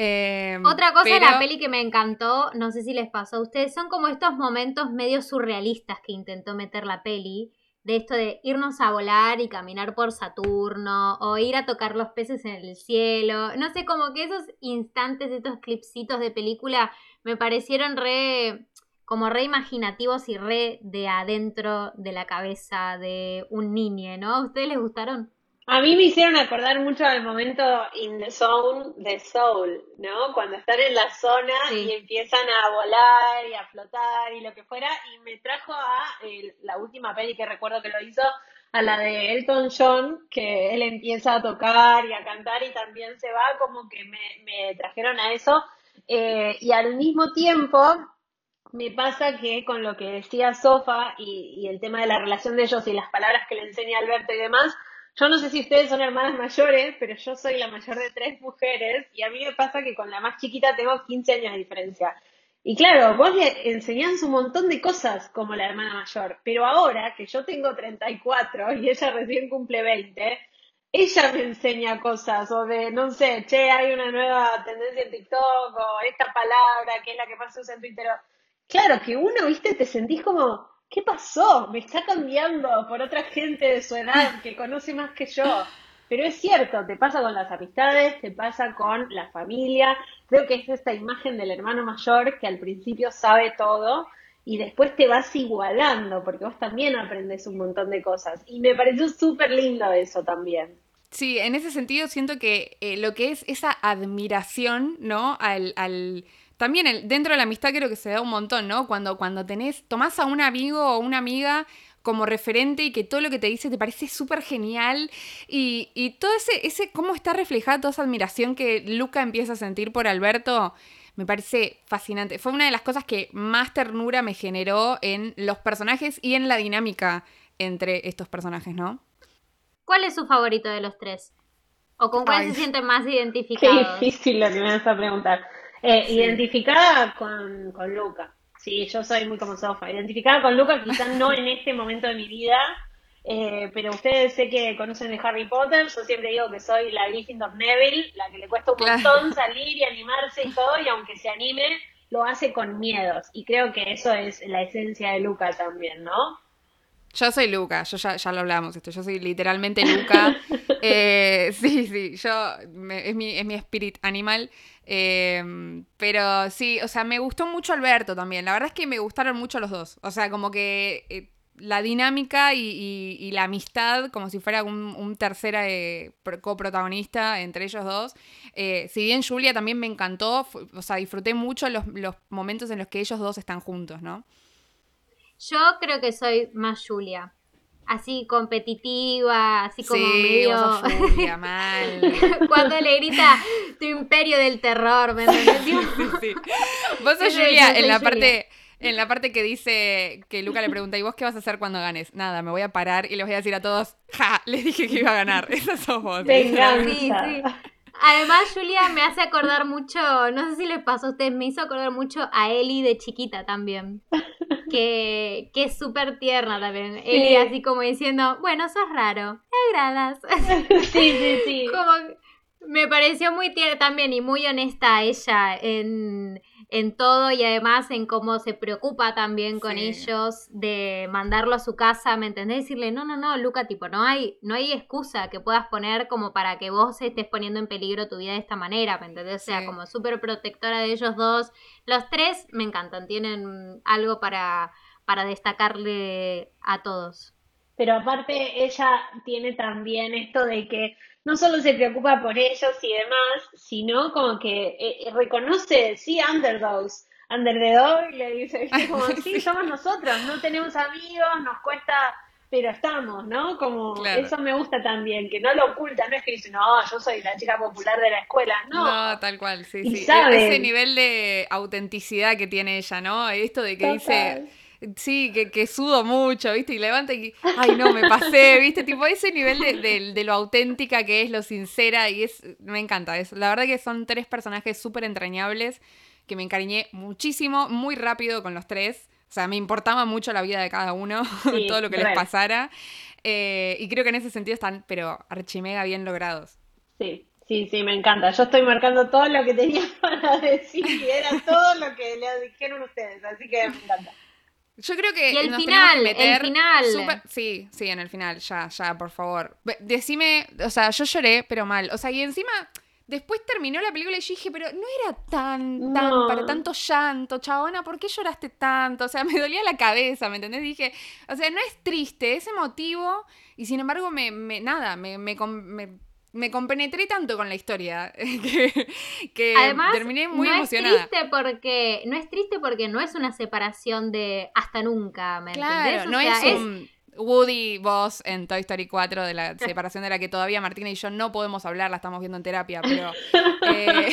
Eh, Otra cosa de pero la peli que me encantó, no sé si les pasó a ustedes, son como estos momentos medio surrealistas que intentó meter la peli, de esto de irnos a volar y caminar por Saturno, o ir a tocar los peces en el cielo, no sé, como que esos instantes, estos clipsitos de película me parecieron re, como re imaginativos y re de adentro de la cabeza de un niño, ¿no? ¿A ustedes les gustaron? A mí me hicieron acordar mucho al momento in the zone de Soul, ¿no? Cuando están en la zona y Sí. empiezan a volar y a flotar y lo que fuera, y me trajo a eh, la última peli que recuerdo que lo hizo, a la de Elton John, que él empieza a tocar y a cantar y también se va, como que me, me trajeron a eso. Eh, y al mismo tiempo, me pasa que con lo que decía Sofa y, y el tema de la relación de ellos y las palabras que le enseña Alberto y demás, yo no sé si ustedes son hermanas mayores, pero yo soy la mayor de tres mujeres y a mí me pasa que con la más chiquita tengo quince años de diferencia. Y claro, vos le enseñás un montón de cosas como la hermana mayor, pero ahora que yo tengo treinta y cuatro y ella recién cumple veinte, ella me enseña cosas, o de, no sé, che, hay una nueva tendencia en TikTok, o esta palabra que es la que más se usa en Twitter. Claro que uno, viste, te sentís como, ¿qué pasó? Me está cambiando por otra gente de su edad que conoce más que yo. pero es cierto, te pasa con las amistades, te pasa con la familia. Creo que es esta imagen del hermano mayor que al principio sabe todo y después te vas igualando, porque vos también aprendes un montón de cosas. Y me pareció súper lindo eso también. Sí, en ese sentido siento que eh, lo que es esa admiración, ¿no? Al, al también el, dentro de la amistad creo que se da un montón, ¿no? Cuando, cuando tenés, tomás a un amigo o una amiga como referente y que todo lo que te dice te parece súper genial y, y todo ese, ese, cómo está reflejada toda esa admiración que Luca empieza a sentir por Alberto, me parece fascinante. Fue una de las cosas que más ternura me generó en los personajes y en la dinámica entre estos personajes, ¿no? ¿Cuál es su favorito de los tres? ¿O con cuál Ay, se sienten más Qué identificados? difícil lo que me vas a preguntar. Eh, sí. identificada con, con Luca. Sí, yo soy muy como Sofa. Identificada con Luca, quizás no en este momento de mi vida, eh, pero ustedes sé que conocen de Harry Potter. Yo siempre digo que soy la Gryffindor Neville, la que le cuesta un Claro. montón salir y animarse y todo, y aunque se anime, lo hace con miedos. Y creo que eso es la esencia de Luca también, ¿no? Yo soy Luca, yo ya, ya lo hablamos esto, yo soy literalmente Luca. Eh, sí, sí, yo me- es mi, es mi spirit animal. Eh, pero sí, o sea, me gustó mucho Alberto también. La verdad es que me gustaron mucho los dos. O sea, como que eh, la dinámica y, y- y la amistad, como si fuera un, un tercera eh, pro- coprotagonista entre ellos dos. Eh, si bien Julia también me encantó, fu- o sea, disfruté mucho los, los momentos en los que ellos dos están juntos, ¿no? Yo creo que soy más Julia. Así competitiva, así como Sí, vos sos medio... Julia, mal. Cuando le grita tu imperio del terror, ¿me entendés? Tipo, Sí, sí, sí. Vos sos ese- Julia yo en soy la Julia. parte, en la parte que dice que Luca le pregunta, ¿y vos qué vas a hacer cuando ganes? Nada, me voy a parar y les voy a decir a todos, ¡ja! Les dije que iba a ganar. Esa sos vos, literalmente. Sí, Venganza. sí. Además, Julia me hace acordar mucho, no sé si les pasó a ustedes, me hizo acordar mucho a Ellie de chiquita también. Que, que es súper tierna también. Ellie Sí, así como diciendo, bueno, sos raro, me agradas. sí, sí, sí. Como me pareció muy tierna también y muy honesta ella en, en todo y además en cómo se preocupa también con Sí, ellos de mandarlo a su casa, ¿me entendés? Decirle, no, no, no, Luca, tipo, no hay, no hay excusa que puedas poner como para que vos estés poniendo en peligro tu vida de esta manera, ¿me entendés? O sea, sí. como súper protectora de ellos dos. Los tres me encantan, tienen algo para, para destacarle a todos. Pero aparte ella tiene también esto de que no solo se preocupa por ellos y demás, sino como que eh, reconoce, sí, underdogs, under the dog, y le dice, viste, como, sí, Sí, somos nosotros, no tenemos amigos, nos cuesta, pero estamos, ¿no? Como, claro. eso me gusta también, que no lo oculta, no es que dice, no, yo soy la chica popular de la escuela, no, No, tal cual, sí, y sí. E- ese saben, nivel de autenticidad que tiene ella, ¿no? Esto de que dice, total, sí, que, que sudo mucho, ¿viste? Y levanta y, ay, no, me pasé, ¿viste? Tipo, ese nivel de, de- de lo auténtica que es, lo sincera, y es, me encanta. Es, la verdad que son tres personajes súper entrañables, que me encariñé muchísimo, muy rápido con los tres. O sea, me importaba mucho la vida de cada uno, todo sí, lo que les re. pasara. Eh, y creo que en ese sentido están, pero archimega bien logrados. Sí, sí, sí, me encanta. Yo estoy marcando todo lo que tenía para decir y era todo lo que le dijeron ustedes, así que me encanta. Yo creo Y que el nos tenemos que final, el meter súper... final. Sí, sí, en el final, ya, ya, por favor. Ve- Decime, o sea, yo lloré, pero mal. O sea, y encima, después terminó la película y yo dije, pero no era tan, tan, para No, tanto llanto, chabona, ¿por qué lloraste tanto? O sea, me dolía la cabeza, ¿me entendés? Dije, o sea, no es triste, es emotivo, y sin embargo, me, me nada, me, me, com- me, me compenetré tanto con la historia que, que Además, terminé muy no es emocionada. triste porque no es triste porque no es una separación de hasta nunca, ¿me entendés? Claro, O no es sea, es un Woody Buzz en Toy Story cuatro de la separación de la que todavía Martina y yo no podemos hablar, la estamos viendo en terapia, pero eh,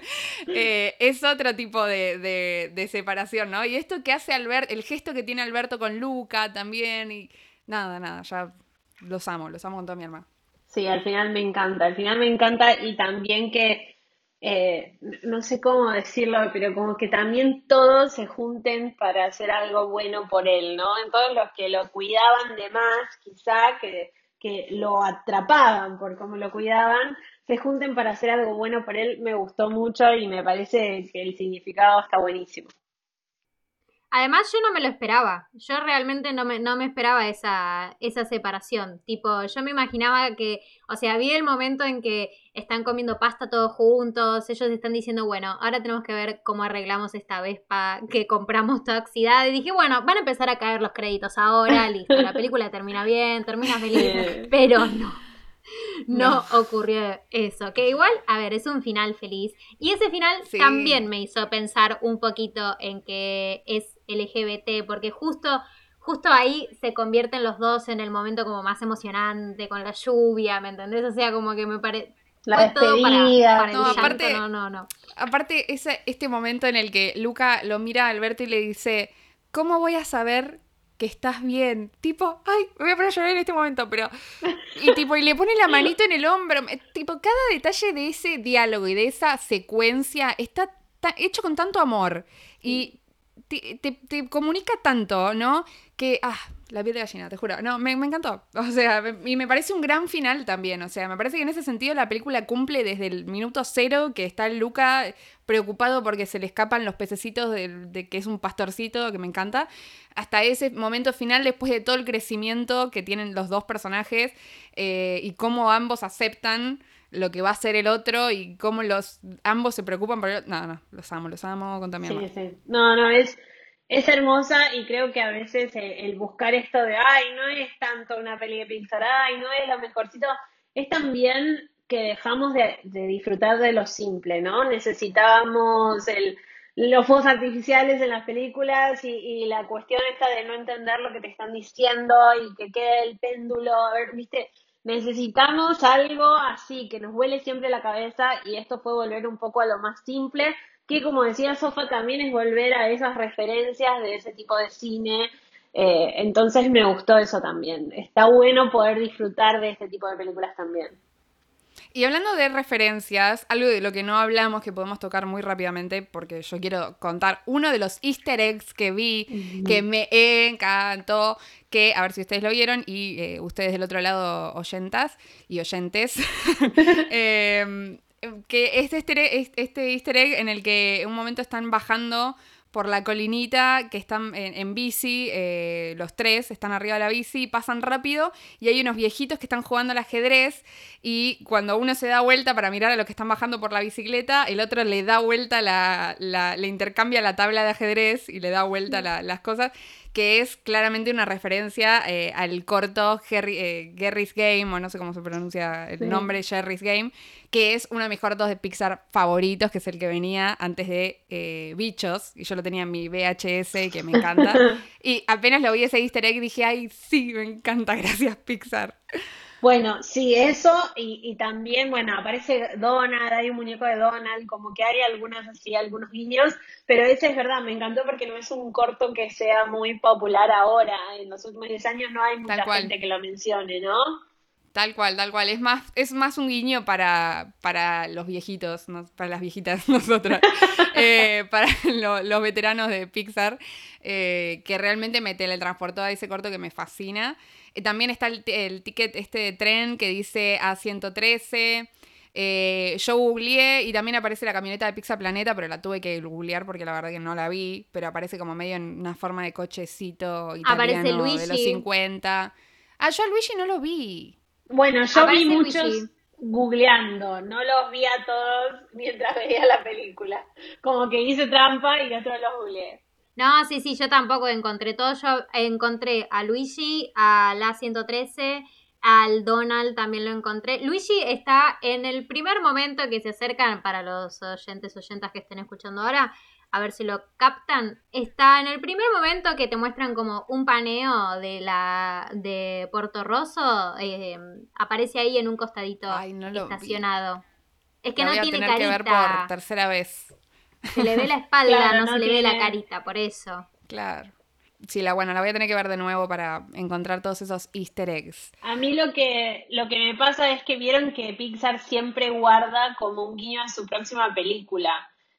eh, es otro tipo de, de- de separación, ¿no? Y esto que hace Alberto, el gesto que tiene Alberto con Luca también, y nada, nada, ya los amo, los amo con toda mi alma. sí, al final me encanta, al final me encanta y también que, eh, no sé cómo decirlo, pero como que también todos se junten para hacer algo bueno por él, ¿no? En todos los que lo cuidaban de más, quizá, que, que lo atrapaban por cómo lo cuidaban, se junten para hacer algo bueno por él, me gustó mucho y me parece que el significado está buenísimo. Además, yo no me lo esperaba. Yo realmente no me, no me esperaba esa, esa separación. Tipo, yo me imaginaba que, o sea, vi el momento en que están comiendo pasta todos juntos, ellos están diciendo, bueno, ahora tenemos que ver cómo arreglamos esta Vespa que compramos toda oxidada. Y dije, bueno, van a empezar a caer los créditos ahora, listo, la película termina bien, termina feliz, pero no. No, no ocurrió eso. Que igual, a ver, es un final feliz. Y ese final sí. también me hizo pensar un poquito en que es L G B T, porque justo, justo ahí se convierten los dos en el momento como más emocionante, con la lluvia, ¿me entendés? O sea, como que me parece... La Fue despedida. Todo para, para no, aparte, no, no, no. Aparte, ese, este momento en el que Luca lo mira a Alberto y le dice, ¿cómo voy a saber que estás bien? Tipo, ay, me voy a poner a llorar en este momento, pero... Y tipo, y le pone la manito en el hombro. Tipo, cada detalle de ese diálogo y de esa secuencia está ta- hecho con tanto amor. Y te, te, te comunica tanto, ¿no? Que, ah, la piel de gallina, te juro. No, me, me encantó. O sea, me, y me parece un gran final también. O sea, me parece que en ese sentido la película cumple desde el minuto cero, que está Luca preocupado porque se le escapan los pececitos de, de que es un pastorcito, que me encanta, hasta ese momento final, después de todo el crecimiento que tienen los dos personajes eh, y cómo ambos aceptan lo que va a ser el otro y cómo los ambos se preocupan por el otro. No, no, los amo, los amo con también. Sí, sí. No, no, es... Es hermosa y creo que a veces el, el buscar esto de, ay, no es tanto una peli de Pixar, ay, no es lo mejorcito, es también que dejamos de, de disfrutar de lo simple, ¿no? Necesitábamos el, los fuegos artificiales en las películas y, y la cuestión esta de no entender lo que te están diciendo y que quede el péndulo, a ver, viste, necesitamos algo así, que nos huele siempre la cabeza y esto fue volver un poco a lo más simple, que como decía Sofa también es volver a esas referencias de ese tipo de cine, eh, entonces me gustó eso también. Está bueno poder disfrutar de este tipo de películas también. Y hablando de referencias, algo de lo que no hablamos que podemos tocar muy rápidamente, porque yo quiero contar uno de los easter eggs que vi, uh-huh. que me encantó, que a ver si ustedes lo vieron y eh, ustedes del otro lado oyentas y oyentes, eh, que es este, este easter egg en el que en un momento están bajando por la colinita, que están en, en bici, eh, los tres están arriba de la bici, pasan rápido y hay unos viejitos que están jugando al ajedrez y cuando uno se da vuelta para mirar a los que están bajando por la bicicleta, el otro le da vuelta, la, la, le intercambia la tabla de ajedrez y le da vuelta la, las cosas, que es claramente una referencia eh, al corto Harry, eh, Gerry's Game, o no sé cómo se pronuncia el sí. nombre, Gerry's Game, que es uno de mis cortos de Pixar favoritos, que es el que venía antes de eh, Bichos, y yo lo tenía en mi V H S, que me encanta. Y apenas lo vi ese easter egg, dije, ay, sí, me encanta, gracias Pixar. Bueno, sí, eso, y, y también, bueno, aparece Donald, hay un muñeco de Donald, como que hay algunas así, algunos guiños, pero ese es verdad, me encantó porque no es un corto que sea muy popular ahora, en los últimos diez años no hay mucha gente que lo mencione, ¿no? Tal cual, tal cual, es más, es más un guiño para, para los viejitos, no, para las viejitas nosotras, eh, para lo, los veteranos de Pixar, eh, que realmente me teletransportó a ese corto que me fascina. Eh, también está el, el ticket este de tren que dice A ciento trece. Eh, yo googleé y también aparece la camioneta de Pizza Planeta, pero la tuve que googlear porque la verdad que no la vi, pero aparece como medio en una forma de cochecito italiano Luigi. De los cincuenta. Ah, yo a Luigi no lo vi. Bueno, yo aparece vi muchos Luigi. Googleando, no los vi a todos mientras veía la película. Como que hice trampa y otros los googleé. No, sí, sí, yo tampoco encontré todo. Yo encontré a Luigi, a la ciento trece, al Donald también lo encontré. Luigi está en el primer momento que se acercan, para los oyentes, oyentas que estén escuchando ahora, a ver si lo captan. Está en el primer momento que te muestran como un paneo de la de Porto Rosso, eh, aparece ahí en un costadito. Ay, no lo estacionado. Vi. Es que la no voy tiene a tener carita. Que ver por tercera vez. Se le ve la espalda, claro, no, no se tiene... le ve la carita, por eso. Claro. Sí, la bueno, la voy a tener que ver de nuevo para encontrar todos esos easter eggs. A mí lo que, lo que me pasa es que vieron que Pixar siempre guarda como un guiño a su próxima película.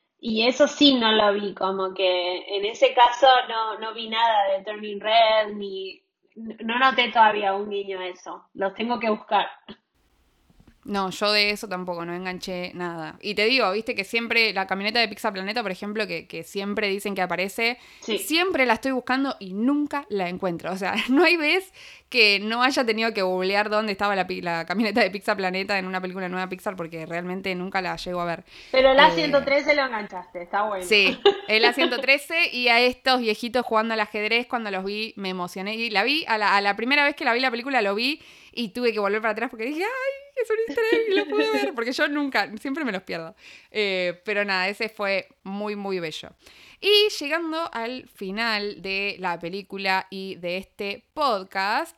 Y eso sí no lo vi, como que en ese caso no, no vi nada de Turning Red, ni no noté todavía un guiño a eso. Los tengo que buscar. No, yo de eso tampoco, no enganché nada. Y te digo, viste que siempre, la camioneta de Pizza Planeta, por ejemplo, que, que siempre dicen que aparece, Sí. siempre la estoy buscando y nunca la encuentro. O sea, no hay vez que no haya tenido que googlear dónde estaba la, la camioneta de Pizza Planeta en una película nueva Pixar, porque realmente nunca la llego a ver. Pero el A Eh, ciento trece lo enganchaste, está bueno. Sí, el A ciento trece y a estos viejitos jugando al ajedrez, cuando los vi me emocioné. Y la vi, a la, a la primera vez que la vi la película lo vi y tuve que volver para atrás porque dije, ¡ay, es un easter egg! Y lo pude ver, porque yo nunca, siempre me los pierdo. Eh, pero nada, ese fue muy, muy bello. Y llegando al final de la película y de este podcast,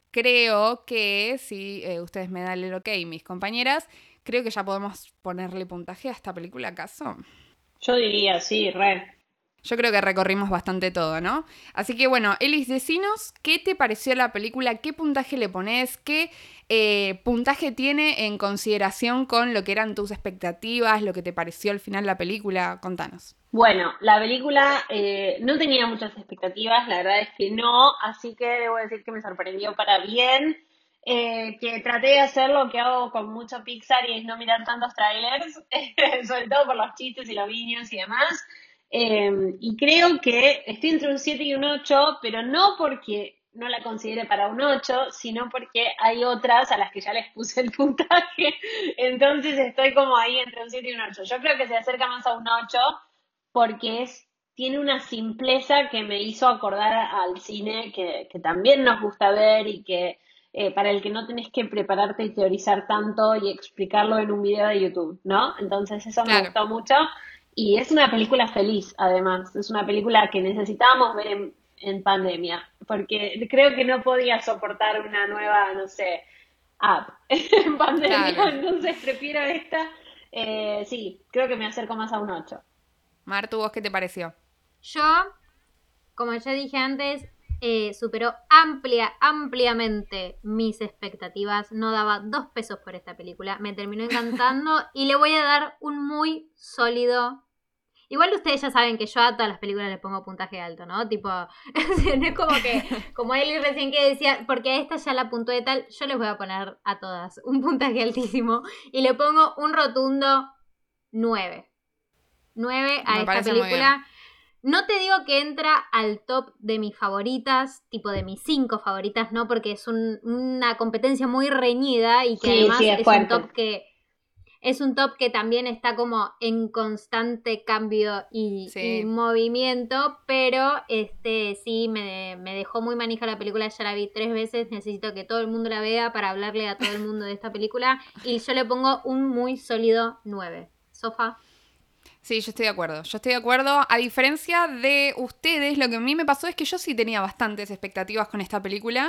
creo que, si eh, ustedes me dan el ok, mis compañeras, creo que ya podemos ponerle puntaje a esta película, ¿acaso? Yo diría, sí, re. Yo creo que recorrimos bastante todo, ¿no? Así que bueno, Elis, decinos qué te pareció la película, qué puntaje le pones, qué eh, puntaje tiene en consideración con lo que eran tus expectativas, lo que te pareció al final la película. Contanos. Bueno, la película eh, no tenía muchas expectativas, la verdad es que no, así que debo decir que me sorprendió para bien, eh, que traté de hacer lo que hago con mucho Pixar y es no mirar tantos trailers, sobre todo por los chistes y los guiños y demás. Eh, y creo que estoy entre un siete y un ocho, pero no porque no la considere para un ocho, sino porque hay otras a las que ya les puse el puntaje, entonces estoy como ahí entre un siete y un ocho. Yo creo que se acerca más a un ocho porque es, tiene una simpleza que me hizo acordar al cine que, que también nos gusta ver y que eh, para el que no tenés que prepararte y teorizar tanto y explicarlo en un video de YouTube, ¿no? Entonces eso me Claro. gustó mucho. Y es una película feliz, además. Es una película que necesitábamos ver en, en pandemia, porque creo que no podía soportar una nueva, no sé, app en pandemia. Claro. Entonces prefiero esta. Eh, sí, creo que me acerco más a un ocho. Martu, ¿vos qué te pareció? Yo, como ya dije antes, eh, superó amplia, ampliamente mis expectativas. No daba dos pesos por esta película. Me terminó encantando y le voy a dar un muy sólido. Igual ustedes ya saben que yo a todas las películas les pongo puntaje alto, ¿no? Tipo, no es como que, como él recién que decía, porque a esta ya la puntué tal, yo les voy a poner a todas un puntaje altísimo y le pongo un rotundo nueve. nueve a Me esta parece muy película. No te digo que entra al top de mis favoritas, tipo de mis cinco favoritas, no, porque es un, una competencia muy reñida y que Sí, además sí, es es fuerte. un top que es un top que también está como en constante cambio y, Sí. y movimiento, pero este sí me, me dejó muy manija la película, ya la vi tres veces, necesito que todo el mundo la vea para hablarle a todo el mundo de esta película y yo le pongo un muy sólido nueve. Sofa. Sí, yo estoy de acuerdo. Yo estoy de acuerdo. A diferencia de ustedes, lo que a mí me pasó es que yo sí tenía bastantes expectativas con esta película.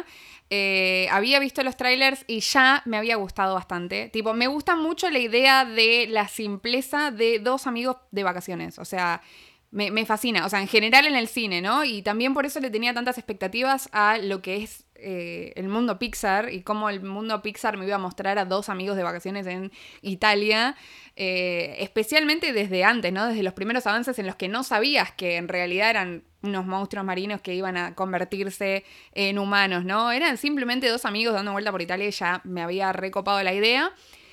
Eh, había visto los trailers y ya me había gustado bastante. Tipo, me gusta mucho la idea de la simpleza de dos amigos de vacaciones. O sea, me, me fascina. O sea, en general en el cine, ¿no? Y también por eso le tenía tantas expectativas a lo que es eh, el mundo Pixar y cómo el mundo Pixar me iba a mostrar a dos amigos de vacaciones en Italia. Eh, especialmente desde antes, ¿no? Desde los primeros avances en los que no sabías que en realidad eran unos monstruos marinos que iban a convertirse en humanos, ¿no? Eran simplemente dos amigos dando vuelta por Italia y ya me había recopado la idea.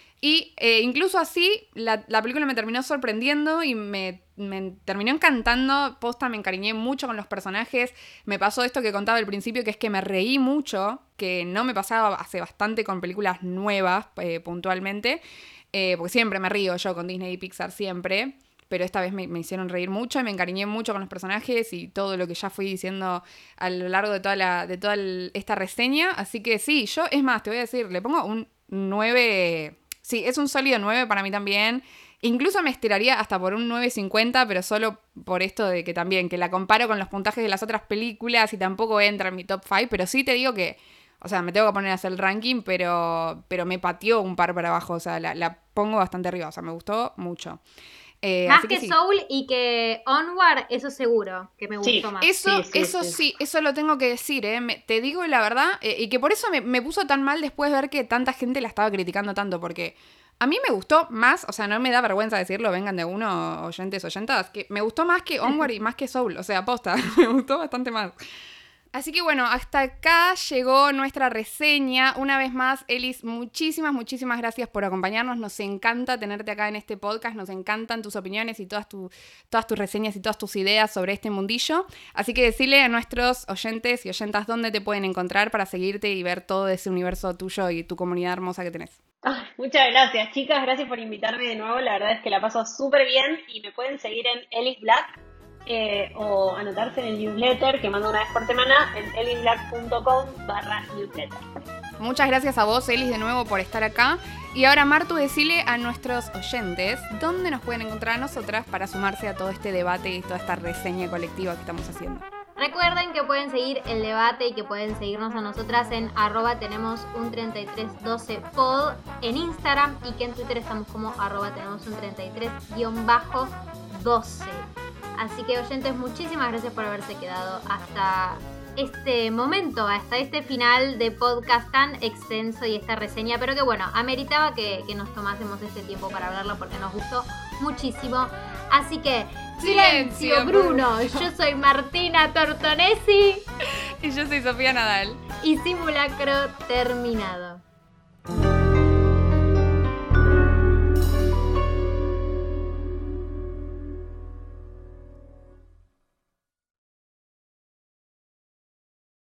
Y eh, incluso así, la, la película me terminó sorprendiendo y me, me terminó encantando. Posta, me encariñé mucho con los personajes. Me pasó esto que contaba al principio, que es que me reí mucho, que no me pasaba hace bastante con películas nuevas, eh, puntualmente. Eh, porque siempre me río yo con Disney y Pixar, siempre. Pero esta vez me, me hicieron reír mucho y me encariñé mucho con los personajes y todo lo que ya fui diciendo a lo largo de toda, la, de toda el, esta reseña. Así que sí, yo, es más, te voy a decir, le pongo un nueve... Sí, es un sólido nueve para mí también. Incluso me estiraría hasta por un nueve cincuenta, pero solo por esto de que también, que la comparo con los puntajes de las otras películas y tampoco entra en mi top cinco. Pero sí te digo que... O sea, me tengo que poner a hacer el ranking, pero, pero me pateó un par para abajo. O sea, la, la pongo bastante arriba. O sea, me gustó mucho. Eh, Más así que, que sí. Soul y que Onward, eso seguro que me Sí. gustó más. Eso, Sí, sí, eso sí. sí. eso lo tengo que decir, ¿eh? Me- te digo la verdad, eh, y que por eso me, me puso tan mal después ver que tanta gente la estaba criticando tanto, porque a mí me gustó más, o sea, no me da vergüenza decirlo, vengan de uno, oyentes, oyentas, que me gustó más que Onward y más que Soul, o sea, posta, me gustó bastante más. Así que bueno, hasta acá llegó nuestra reseña. Una vez más, Elis, muchísimas, muchísimas gracias por acompañarnos. Nos encanta tenerte acá en este podcast. Nos encantan tus opiniones y todas, tu, todas tus reseñas y todas tus ideas sobre este mundillo. Así que decile a nuestros oyentes y oyentas dónde te pueden encontrar para seguirte y ver todo ese universo tuyo y tu comunidad hermosa que tenés. Ay, muchas gracias, chicas. Gracias por invitarme de nuevo. La verdad es que la paso súper bien y me pueden seguir en Elis Black. Eh, o anotarse en el newsletter que mando una vez por semana en elisblack punto com barra newsletter. Muchas gracias a vos, Elis, de nuevo por estar acá. Y ahora, Martu, decile a nuestros oyentes dónde nos pueden encontrar a nosotras para sumarse a todo este debate y toda esta reseña colectiva que estamos haciendo. Recuerden que pueden seguir el debate y que pueden seguirnos a nosotras en arroba tenemos un treinta y tres doce pod en Instagram y que en Twitter estamos como arroba tenemos un treinta y tres guión bajo doce. Así que, oyentes, muchísimas gracias por haberse quedado hasta este momento, hasta este final de podcast tan extenso y esta reseña, pero que bueno, ameritaba que, que nos tomásemos este tiempo para hablarlo porque nos gustó muchísimo. Así que, silencio, silencio Bruno. Yo soy Martina Tortonesi. Y yo soy Sofía Nadal. Y simulacro terminado.